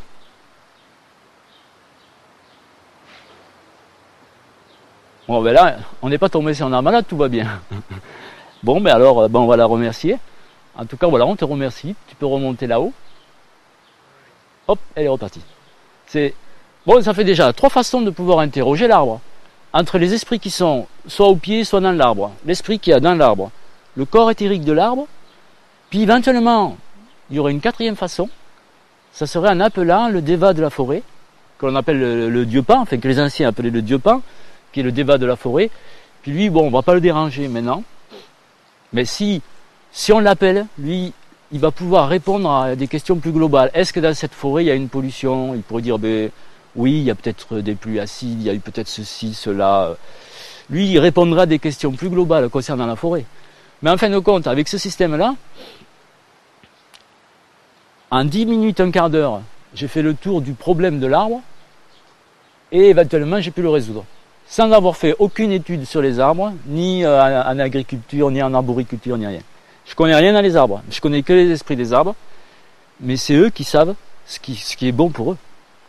Bon, ben là, on n'est pas tombé sur un arbre malade, tout va bien. Bon, ben alors, ben on va la remercier. En tout cas, voilà, on te remercie. Tu peux remonter là-haut. Hop, elle est repartie. C'est bon, ça fait déjà trois façons de pouvoir interroger l'arbre. Entre les esprits qui sont soit au pied, soit dans l'arbre. L'esprit qui a dans l'arbre. Le corps éthérique de l'arbre. Puis éventuellement, il y aurait une quatrième façon. Ça serait en appelant le déva de la forêt, que l'on appelle le, le dieu pan, enfin que les anciens appelaient le dieu pan, qui est le déva de la forêt. Puis lui, bon, on va pas le déranger maintenant. Mais si, si on l'appelle, lui, il va pouvoir répondre à des questions plus globales. Est-ce que dans cette forêt, il y a une pollution? Il pourrait dire, ben, oui, il y a peut-être des pluies acides, il y a eu peut-être ceci, cela. Lui, il répondra à des questions plus globales concernant la forêt. Mais en fin de compte, avec ce système-là, en dix minutes, un quart d'heure, j'ai fait le tour du problème de l'arbre et éventuellement, j'ai pu le résoudre. Sans avoir fait aucune étude sur les arbres, ni en agriculture, ni en arboriculture, ni rien. Je connais rien dans les arbres, je connais que les esprits des arbres, mais c'est eux qui savent ce qui, ce qui est bon pour eux.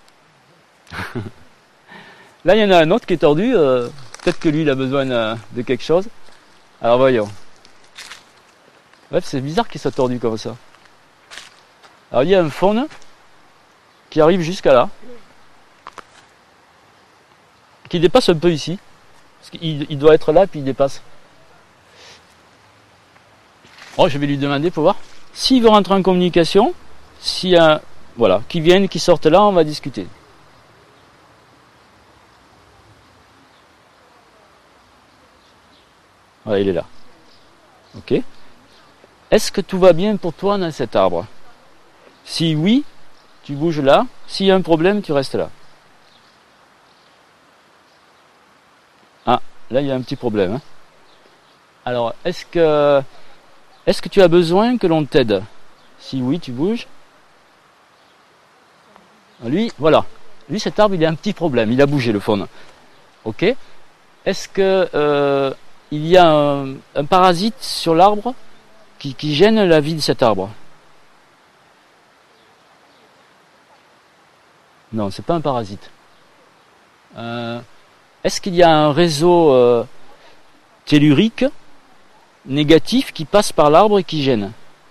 Là, il y en a un autre qui est tordu, euh, peut-être que lui, il a besoin de, de quelque chose. Alors voyons. Bref, c'est bizarre qu'il soit tordu comme ça. Alors il y a un faune qui arrive jusqu'à là, qui dépasse un peu ici, parce qu'il il doit être là, puis il dépasse. Oh, je vais lui demander pour voir. S'il veut rentrer en communication, s'il y a, voilà, qu'il vienne, qu'il sorte là, on va discuter. Voilà, il est là. Ok. Est-ce que tout va bien pour toi dans cet arbre? Si oui, tu bouges là. S'il y a un problème, tu restes là. Ah, là il y a un petit problème. Hein. Alors, est-ce que, est-ce que tu as besoin que l'on t'aide? Si oui, tu bouges. Lui, voilà. Lui, cet arbre, il a un petit problème. Il a bougé le faune. Ok. Est-ce que euh, il y a un, un parasite sur l'arbre qui, qui gêne la vie de cet arbre? Non, c'est pas un parasite. Euh, Est-ce qu'il y a un réseau euh, tellurique négatif qui passe par l'arbre et qui gêne?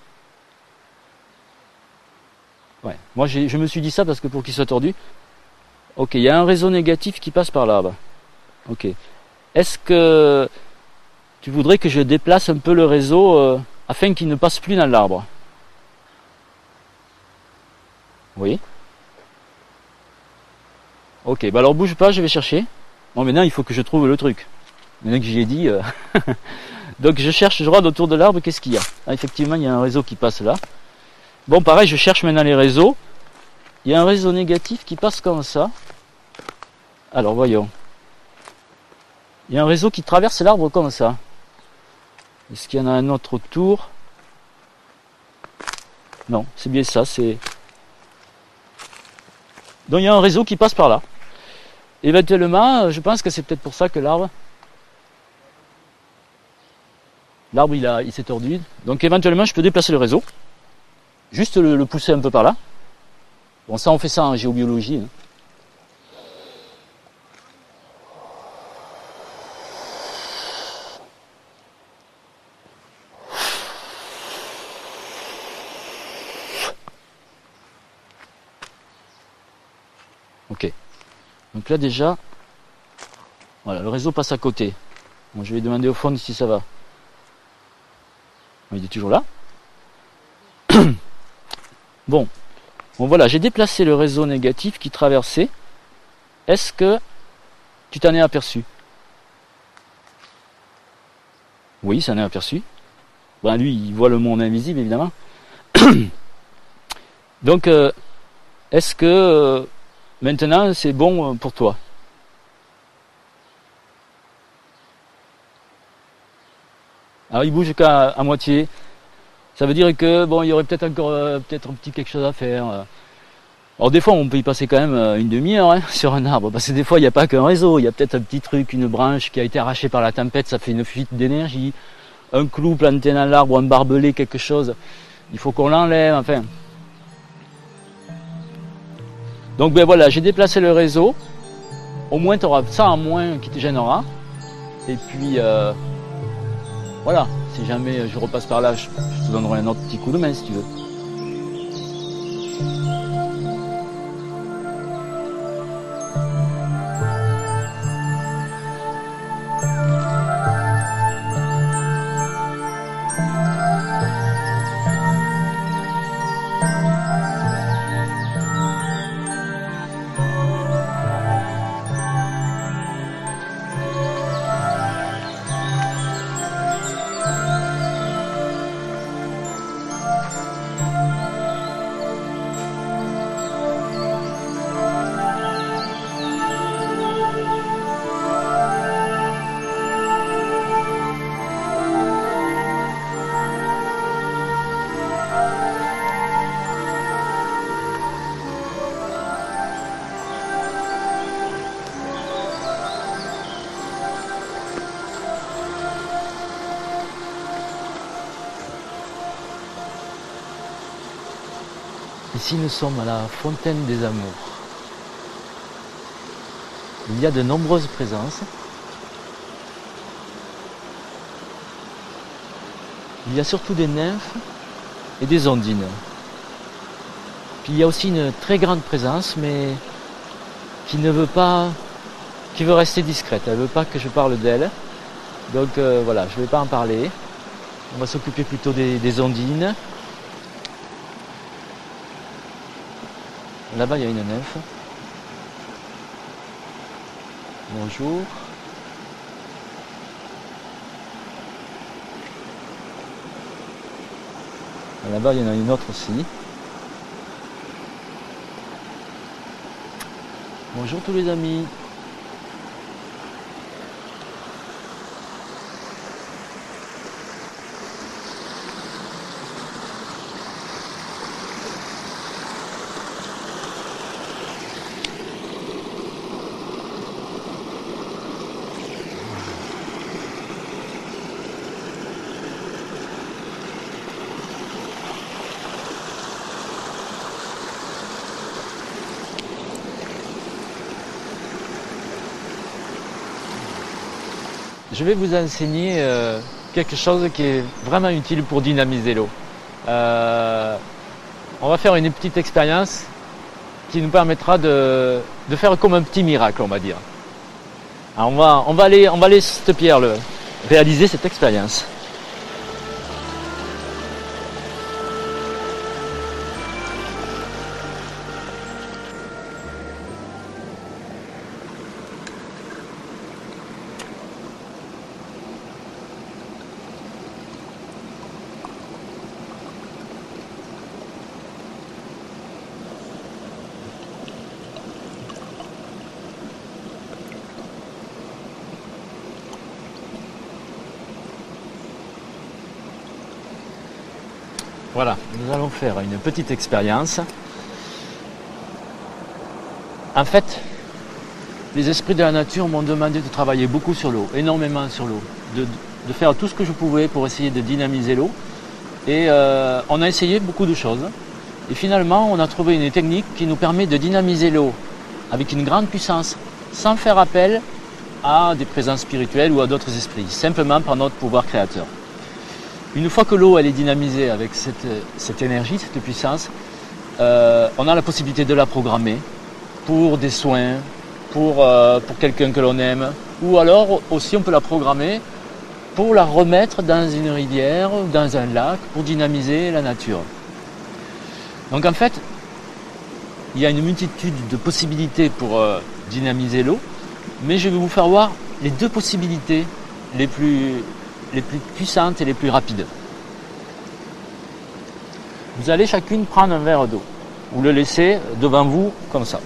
Ouais. Moi, j'ai, je me suis dit ça parce que pour qu'il soit tordu. Ok, il y a un réseau négatif qui passe par l'arbre. Ok. Est-ce que tu voudrais que je déplace un peu le réseau euh, afin qu'il ne passe plus dans l'arbre? Oui. Ok, bah alors bouge pas, je vais chercher. Bon, maintenant il faut que je trouve le truc. Maintenant que j'y ai dit. Euh... Donc je cherche, je regarde autour de l'arbre, qu'est-ce qu'il y a? Ah, effectivement, il y a un réseau qui passe là. Bon, pareil, je cherche maintenant les réseaux. Il y a un réseau négatif qui passe comme ça. Alors voyons. Il y a un réseau qui traverse l'arbre comme ça. Est-ce qu'il y en a un autre autour? Non, c'est bien ça, c'est... Donc il y a un réseau qui passe par là. Éventuellement, je pense que c'est peut-être pour ça que l'arbre... L'arbre, il, a, il s'est tordu. Donc éventuellement, je peux déplacer le réseau. Juste le, le pousser un peu par là. Bon, ça, on fait ça en géobiologie. Hein. Ok. Donc là déjà, voilà, le réseau passe à côté. Bon, je vais demander au fond si ça va. Il est toujours là. Bon. Bon voilà, j'ai déplacé le réseau négatif qui traversait. Est-ce que tu t'en es aperçu? Oui, ça en est aperçu. Ben lui, il voit le monde invisible, évidemment. Donc, euh, est-ce que euh, maintenant c'est bon pour toi? Alors il bouge qu'à à moitié. Ça veut dire que bon, il y aurait peut-être encore euh, peut-être un petit quelque chose à faire. Alors des fois on peut y passer quand même une demi-heure hein, sur un arbre, parce que des fois il n'y a pas qu'un réseau, il y a peut-être un petit truc, une branche qui a été arrachée par la tempête, ça fait une fuite d'énergie, un clou planté dans l'arbre, un barbelé, quelque chose, il faut qu'on l'enlève, enfin. Donc ben voilà, j'ai déplacé le réseau, au moins tu auras ça en moins qui te gênera, et puis euh, voilà, si jamais je repasse par là, je, je te donnerai un autre petit coup de main si tu veux. Ici nous sommes à la fontaine des amours. Il y a de nombreuses présences. Il y a surtout des nymphes et des ondines. Puis il y a aussi une très grande présence, mais qui ne veut pas, qui veut rester discrète. Elle ne veut pas que je parle d'elle. Donc euh, voilà, je ne vais pas en parler. On va s'occuper plutôt des, des ondines. Là-bas, il y a une nymphe. Bonjour. Là-bas, il y en a une autre aussi. Bonjour tous les amis. je vais vous enseigner euh, quelque chose qui est vraiment utile pour dynamiser l'eau. Euh, on va faire une petite expérience qui nous permettra de, de faire comme un petit miracle, on va dire. Alors on va, on va aller, on va aller, s'il te plaît, le, réaliser cette expérience. Voilà, nous allons faire une petite expérience. En fait, les esprits de la nature m'ont demandé de travailler beaucoup sur l'eau, énormément sur l'eau, de, de faire tout ce que je pouvais pour essayer de dynamiser l'eau. Et euh, on a essayé beaucoup de choses. Et finalement, on a trouvé une technique qui nous permet de dynamiser l'eau avec une grande puissance, sans faire appel à des présences spirituelles ou à d'autres esprits, simplement par notre pouvoir créateur. Une fois que l'eau elle est dynamisée avec cette, cette énergie, cette puissance, euh, on a la possibilité de la programmer pour des soins, pour, euh, pour quelqu'un que l'on aime, ou alors aussi on peut la programmer pour la remettre dans une rivière ou dans un lac pour dynamiser la nature. Donc en fait, il y a une multitude de possibilités pour euh, dynamiser l'eau, mais je vais vous faire voir les deux possibilités les plus les plus puissantes et les plus rapides. Vous allez chacune prendre un verre d'eau, ou le laisser devant vous comme ça.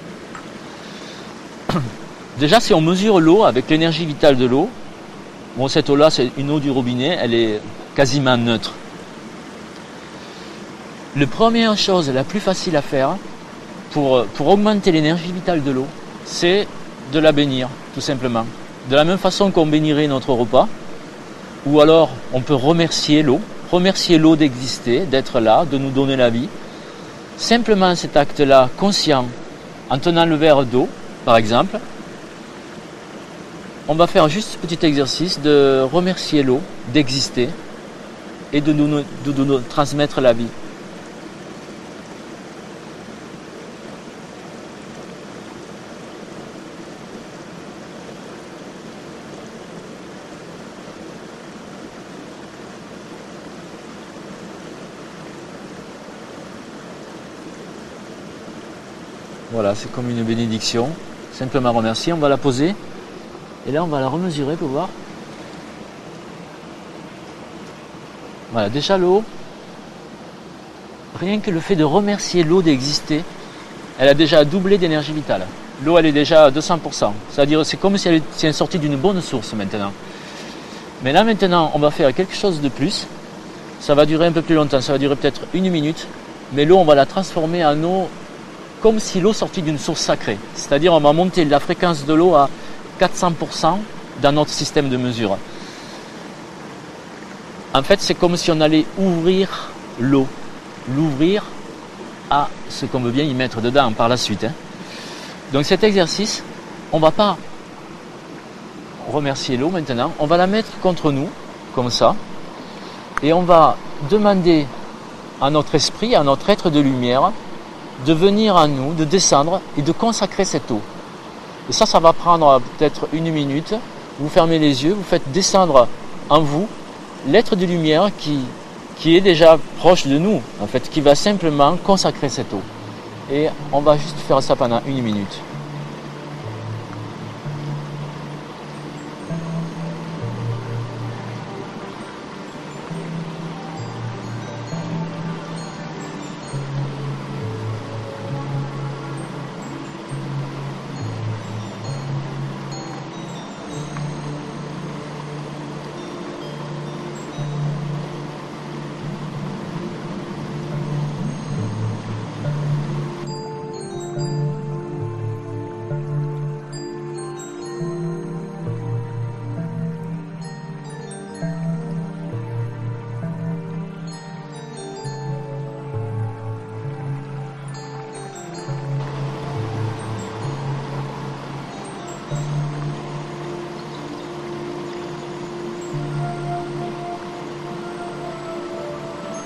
Déjà, si on mesure l'eau avec l'énergie vitale de l'eau, bon, cette eau-là, c'est une eau du robinet, elle est quasiment neutre. La première chose, la plus facile à faire pour, pour augmenter l'énergie vitale de l'eau, c'est de la bénir, tout simplement. De la même façon qu'on bénirait notre repas, ou alors on peut remercier l'eau, remercier l'eau d'exister, d'être là, de nous donner la vie. Simplement cet acte-là, conscient, en tenant le verre d'eau, par exemple, on va faire juste ce petit exercice de remercier l'eau d'exister et de nous, de nous transmettre la vie. Voilà, c'est comme une bénédiction. Simplement remercier, on va la poser. Et là, on va la remesurer pour voir. Voilà, déjà l'eau, rien que le fait de remercier l'eau d'exister, elle a déjà doublé d'énergie vitale. L'eau, elle est déjà à deux cents pour cent. C'est-à-dire, c'est comme si elle était sortie d'une bonne source maintenant. Mais là, maintenant, on va faire quelque chose de plus. Ça va durer un peu plus longtemps, ça va durer peut-être une minute. Mais l'eau, on va la transformer en eau comme si l'eau sortit d'une source sacrée. C'est-à-dire on va monter la fréquence de l'eau à quatre cents pour cent dans notre système de mesure. En fait, c'est comme si on allait ouvrir l'eau, l'ouvrir à ce qu'on veut bien y mettre dedans par la suite. Hein. Donc cet exercice, on ne va pas remercier l'eau maintenant, on va la mettre contre nous, comme ça, et on va demander à notre esprit, à notre être de lumière, de venir à nous, de descendre et de consacrer cette eau. Et ça, ça va prendre peut-être une minute. Vous fermez les yeux, vous faites descendre en vous l'être de lumière qui, qui est déjà proche de nous, en fait, qui va simplement consacrer cette eau. Et on va juste faire ça pendant une minute.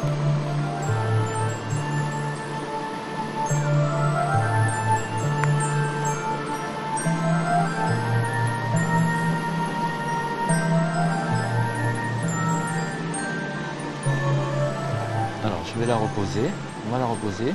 Alors je vais la reposer, on va la reposer.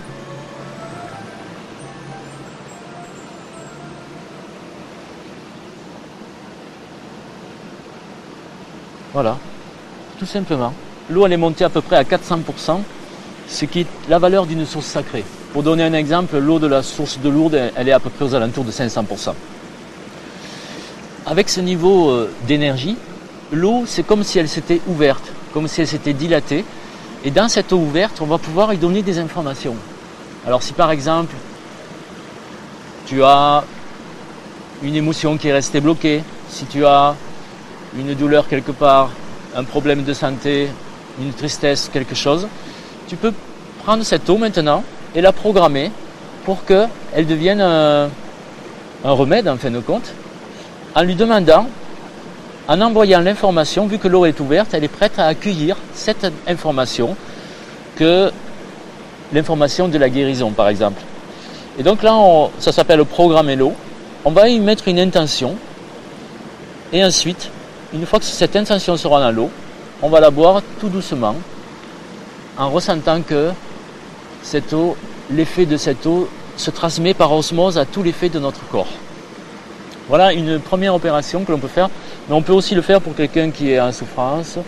Voilà, tout simplement. L'eau elle est montée à peu près à quatre cents pour cent, ce qui est la valeur d'une source sacrée. Pour donner un exemple, l'eau de la source de Lourdes, elle est à peu près aux alentours de cinq cents pour cent. Avec ce niveau d'énergie, l'eau c'est comme si elle s'était ouverte, comme si elle s'était dilatée. Et dans cette eau ouverte, on va pouvoir y donner des informations. Alors si par exemple, tu as une émotion qui est restée bloquée, si tu as une douleur quelque part, un problème de santé, une tristesse, quelque chose, tu peux prendre cette eau maintenant et la programmer pour qu'elle devienne un, un remède en fin de compte, en lui demandant, en envoyant l'information, vu que l'eau est ouverte, elle est prête à accueillir cette information, que l'information de la guérison par exemple. Et donc là, on, ça s'appelle programmer l'eau. On va y mettre une intention et ensuite, une fois que cette intention sera dans l'eau, on va la boire tout doucement en ressentant que cette eau, l'effet de cette eau se transmet par osmose à tout l'effet de notre corps. Voilà une première opération que l'on peut faire, mais on peut aussi le faire pour quelqu'un qui est en souffrance,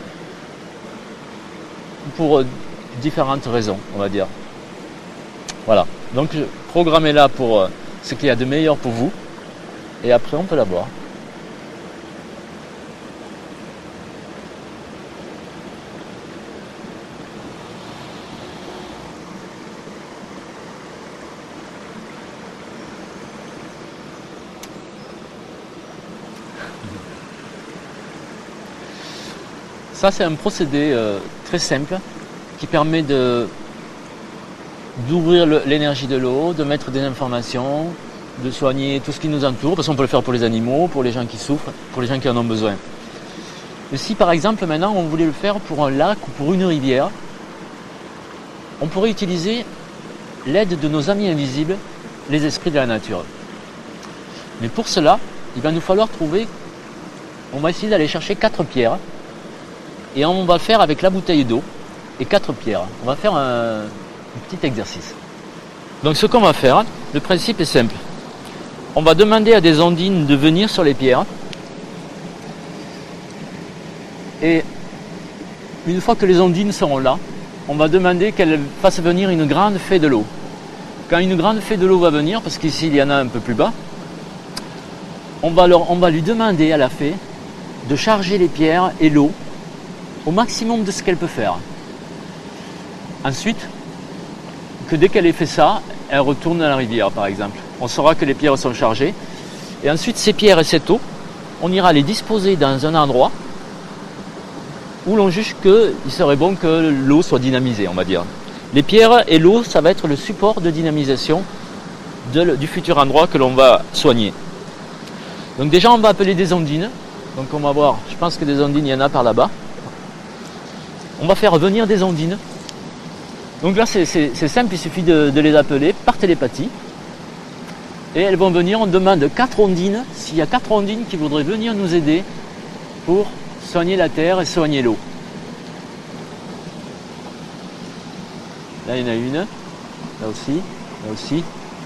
pour différentes raisons, on va dire. Voilà, donc programmez-la pour ce qu'il y a de meilleur pour vous, et après on peut la boire. Ça, c'est un procédé euh, très simple qui permet de, d'ouvrir le, l'énergie de l'eau, de mettre des informations, de soigner tout ce qui nous entoure, parce qu'on peut le faire pour les animaux, pour les gens qui souffrent, pour les gens qui en ont besoin. Mais si par exemple maintenant on voulait le faire pour un lac ou pour une rivière, on pourrait utiliser l'aide de nos amis invisibles, les esprits de la nature. Mais pour cela, il va nous falloir trouver, on va essayer d'aller chercher quatre pierres, et on va le faire avec la bouteille d'eau et quatre pierres. On va faire un, un petit exercice. Donc ce qu'on va faire, le principe est simple. On va demander à des ondines de venir sur les pierres. Et une fois que les ondines seront là, on va demander qu'elles fassent venir une grande fée de l'eau. Quand une grande fée de l'eau va venir, parce qu'ici il y en a un peu plus bas, on va, leur, on va lui demander à la fée de charger les pierres et l'eau au maximum de ce qu'elle peut faire. Ensuite, que dès qu'elle ait fait ça, elle retourne dans la rivière par exemple. On saura que les pierres sont chargées. Et ensuite, ces pierres et cette eau, on ira les disposer dans un endroit où l'on juge qu'il serait bon que l'eau soit dynamisée, on va dire. Les pierres et l'eau, ça va être le support de dynamisation de, du futur endroit que l'on va soigner. Donc déjà, on va appeler des ondines. Donc on va voir, je pense que des ondines, il y en a par là-bas. On va faire venir des ondines. Donc là, c'est, c'est, c'est simple, il suffit de, de les appeler par télépathie. Et elles vont venir, on demande quatre ondines, s'il y a quatre ondines qui voudraient venir nous aider pour soigner la terre et soigner l'eau. Là, il y en a une, là aussi, là aussi.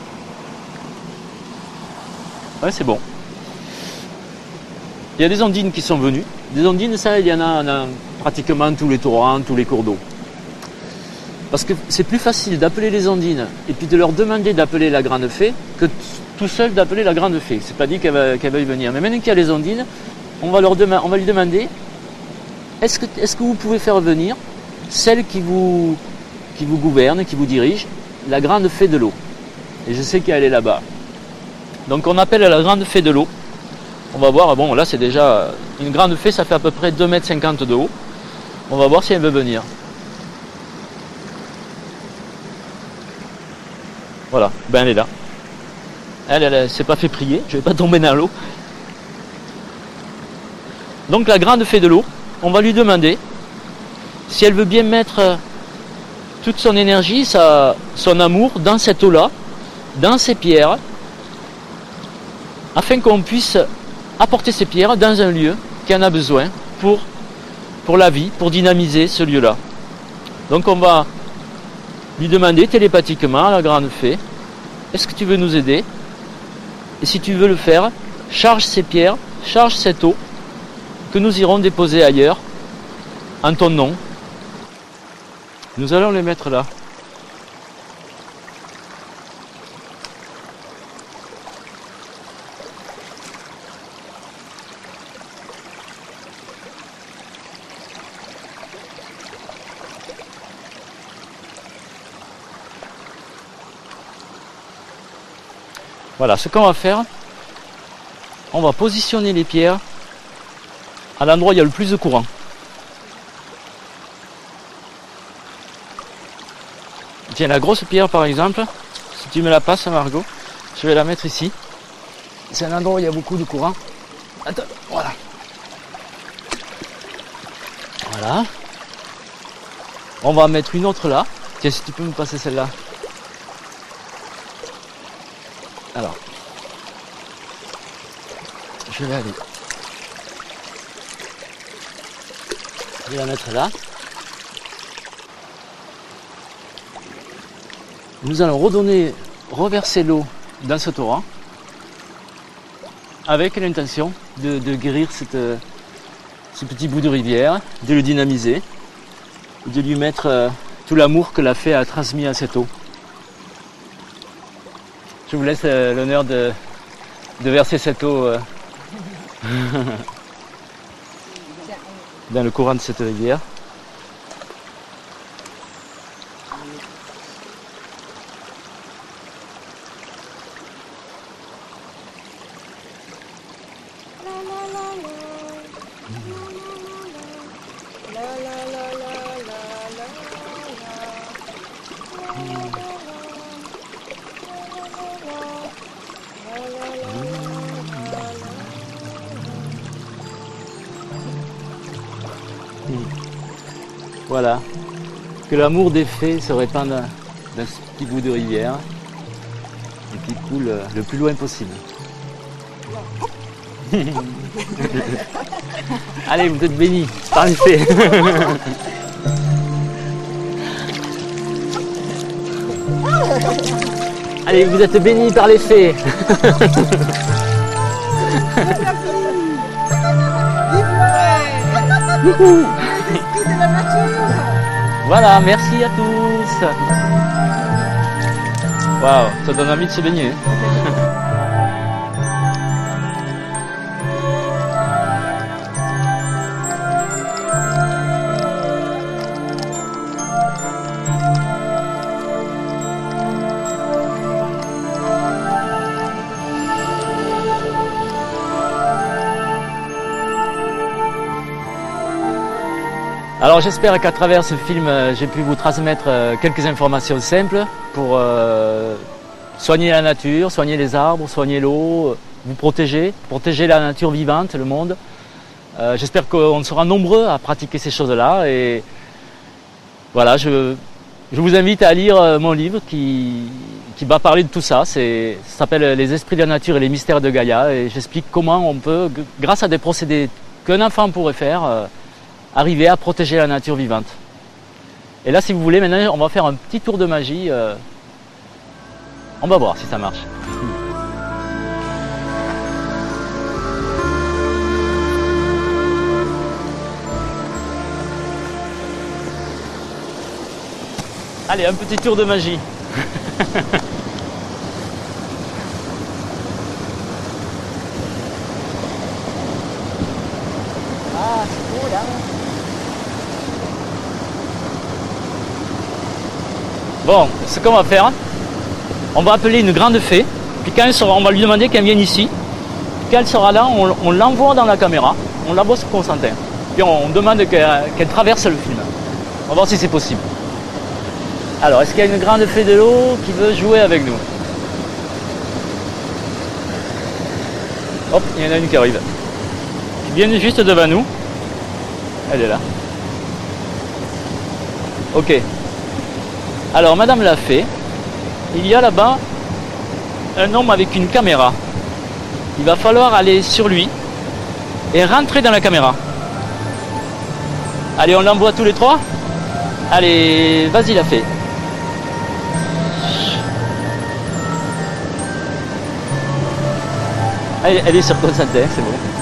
Ouais, c'est bon. Il y a des ondines qui sont venues. Des ondines, ça, il y en a dans pratiquement tous les torrents, tous les cours d'eau. Parce que c'est plus facile d'appeler les ondines et puis de leur demander d'appeler la grande fée que tout seul d'appeler la grande fée. C'est pas dit qu'elle va, qu'elle va y venir. Mais maintenant qu'il y a les ondines, on va, leur dema- on va lui demander est-ce que, est-ce que vous pouvez faire venir celle qui vous, qui vous gouverne, qui vous dirige, la grande fée de l'eau. Et je sais qu'elle est là-bas. Donc on appelle la grande fée de l'eau. On va voir, bon là c'est déjà, une grande fée ça fait à peu près deux mètres cinquante de haut. On va voir si elle veut venir. Voilà, ben elle est là. Elle, elle, elle s'est pas fait prier, je vais pas tomber dans l'eau. Donc la grande fée de l'eau, on va lui demander si elle veut bien mettre toute son énergie, sa, son amour dans cette eau-là, dans ces pierres, afin qu'on puisse apporter ces pierres dans un lieu qui en a besoin pour, pour la vie, pour dynamiser ce lieu-là. Donc on va lui demander télépathiquement à la grande fée, est-ce que tu veux nous aider? Et si tu veux le faire, charge ces pierres, charge cette eau que nous irons déposer ailleurs en ton nom. Nous allons les mettre là. Voilà, ce qu'on va faire, on va positionner les pierres à l'endroit où il y a le plus de courant. Tiens, la grosse pierre par exemple, si tu me la passes Margot, je vais la mettre ici. C'est un endroit où il y a beaucoup de courant. Attends, voilà. Voilà. On va en mettre une autre là. Tiens, si tu peux me passer celle-là. Alors, je vais aller. Je vais la mettre là. Nous allons redonner, reverser l'eau dans ce torrent avec l'intention de, de guérir cette, ce petit bout de rivière, de le dynamiser, de lui mettre euh, tout l'amour que la fée a transmis à cette eau. Je vous laisse euh, l'honneur de, de verser cette eau euh, dans le courant de cette rivière. Voilà, que l'amour des fées se répande dans ce petit bout de rivière et qui coule le plus loin possible. Allez, vous êtes bénis par les fées. Allez, vous êtes bénis par les fées. L'esprit de la nature. Voilà, merci à tous. Waouh, ça donne envie de se baigner. Alors j'espère qu'à travers ce film, euh, j'ai pu vous transmettre euh, quelques informations simples pour euh, soigner la nature, soigner les arbres, soigner l'eau, euh, vous protéger, protéger la nature vivante, le monde. Euh, j'espère qu'on sera nombreux à pratiquer ces choses-là et voilà, je, je vous invite à lire euh, mon livre qui, qui va parler de tout ça. C'est, ça s'appelle Les esprits de la nature et les mystères de Gaïa et j'explique comment on peut, grâce à des procédés qu'un enfant pourrait faire, euh, arriver à protéger la nature vivante. Et là, si vous voulez, maintenant, on va faire un petit tour de magie. Euh, on va voir si ça marche. Allez, un petit tour de magie. Ah, c'est beau là. Bon, ce qu'on va faire, on va appeler une grande fée, puis quand elle sera, on va lui demander qu'elle vienne ici. Quand elle sera là, on, on l'envoie dans la caméra, on la voit sur Constantin. Puis on, on demande qu'elle, qu'elle traverse le film. On va voir si c'est possible. Alors, est-ce qu'il y a une grande fée de l'eau qui veut jouer avec nous? Hop, il y en a une qui arrive. Qui vient juste devant nous. Elle est là. Ok. Alors madame l'a fait. Il y a là-bas un homme avec une caméra. Il va falloir aller sur lui et rentrer dans la caméra. Allez, on l'envoie tous les trois. Allez, vas-y, la fait. Elle, elle est sur concentrée, c'est bon.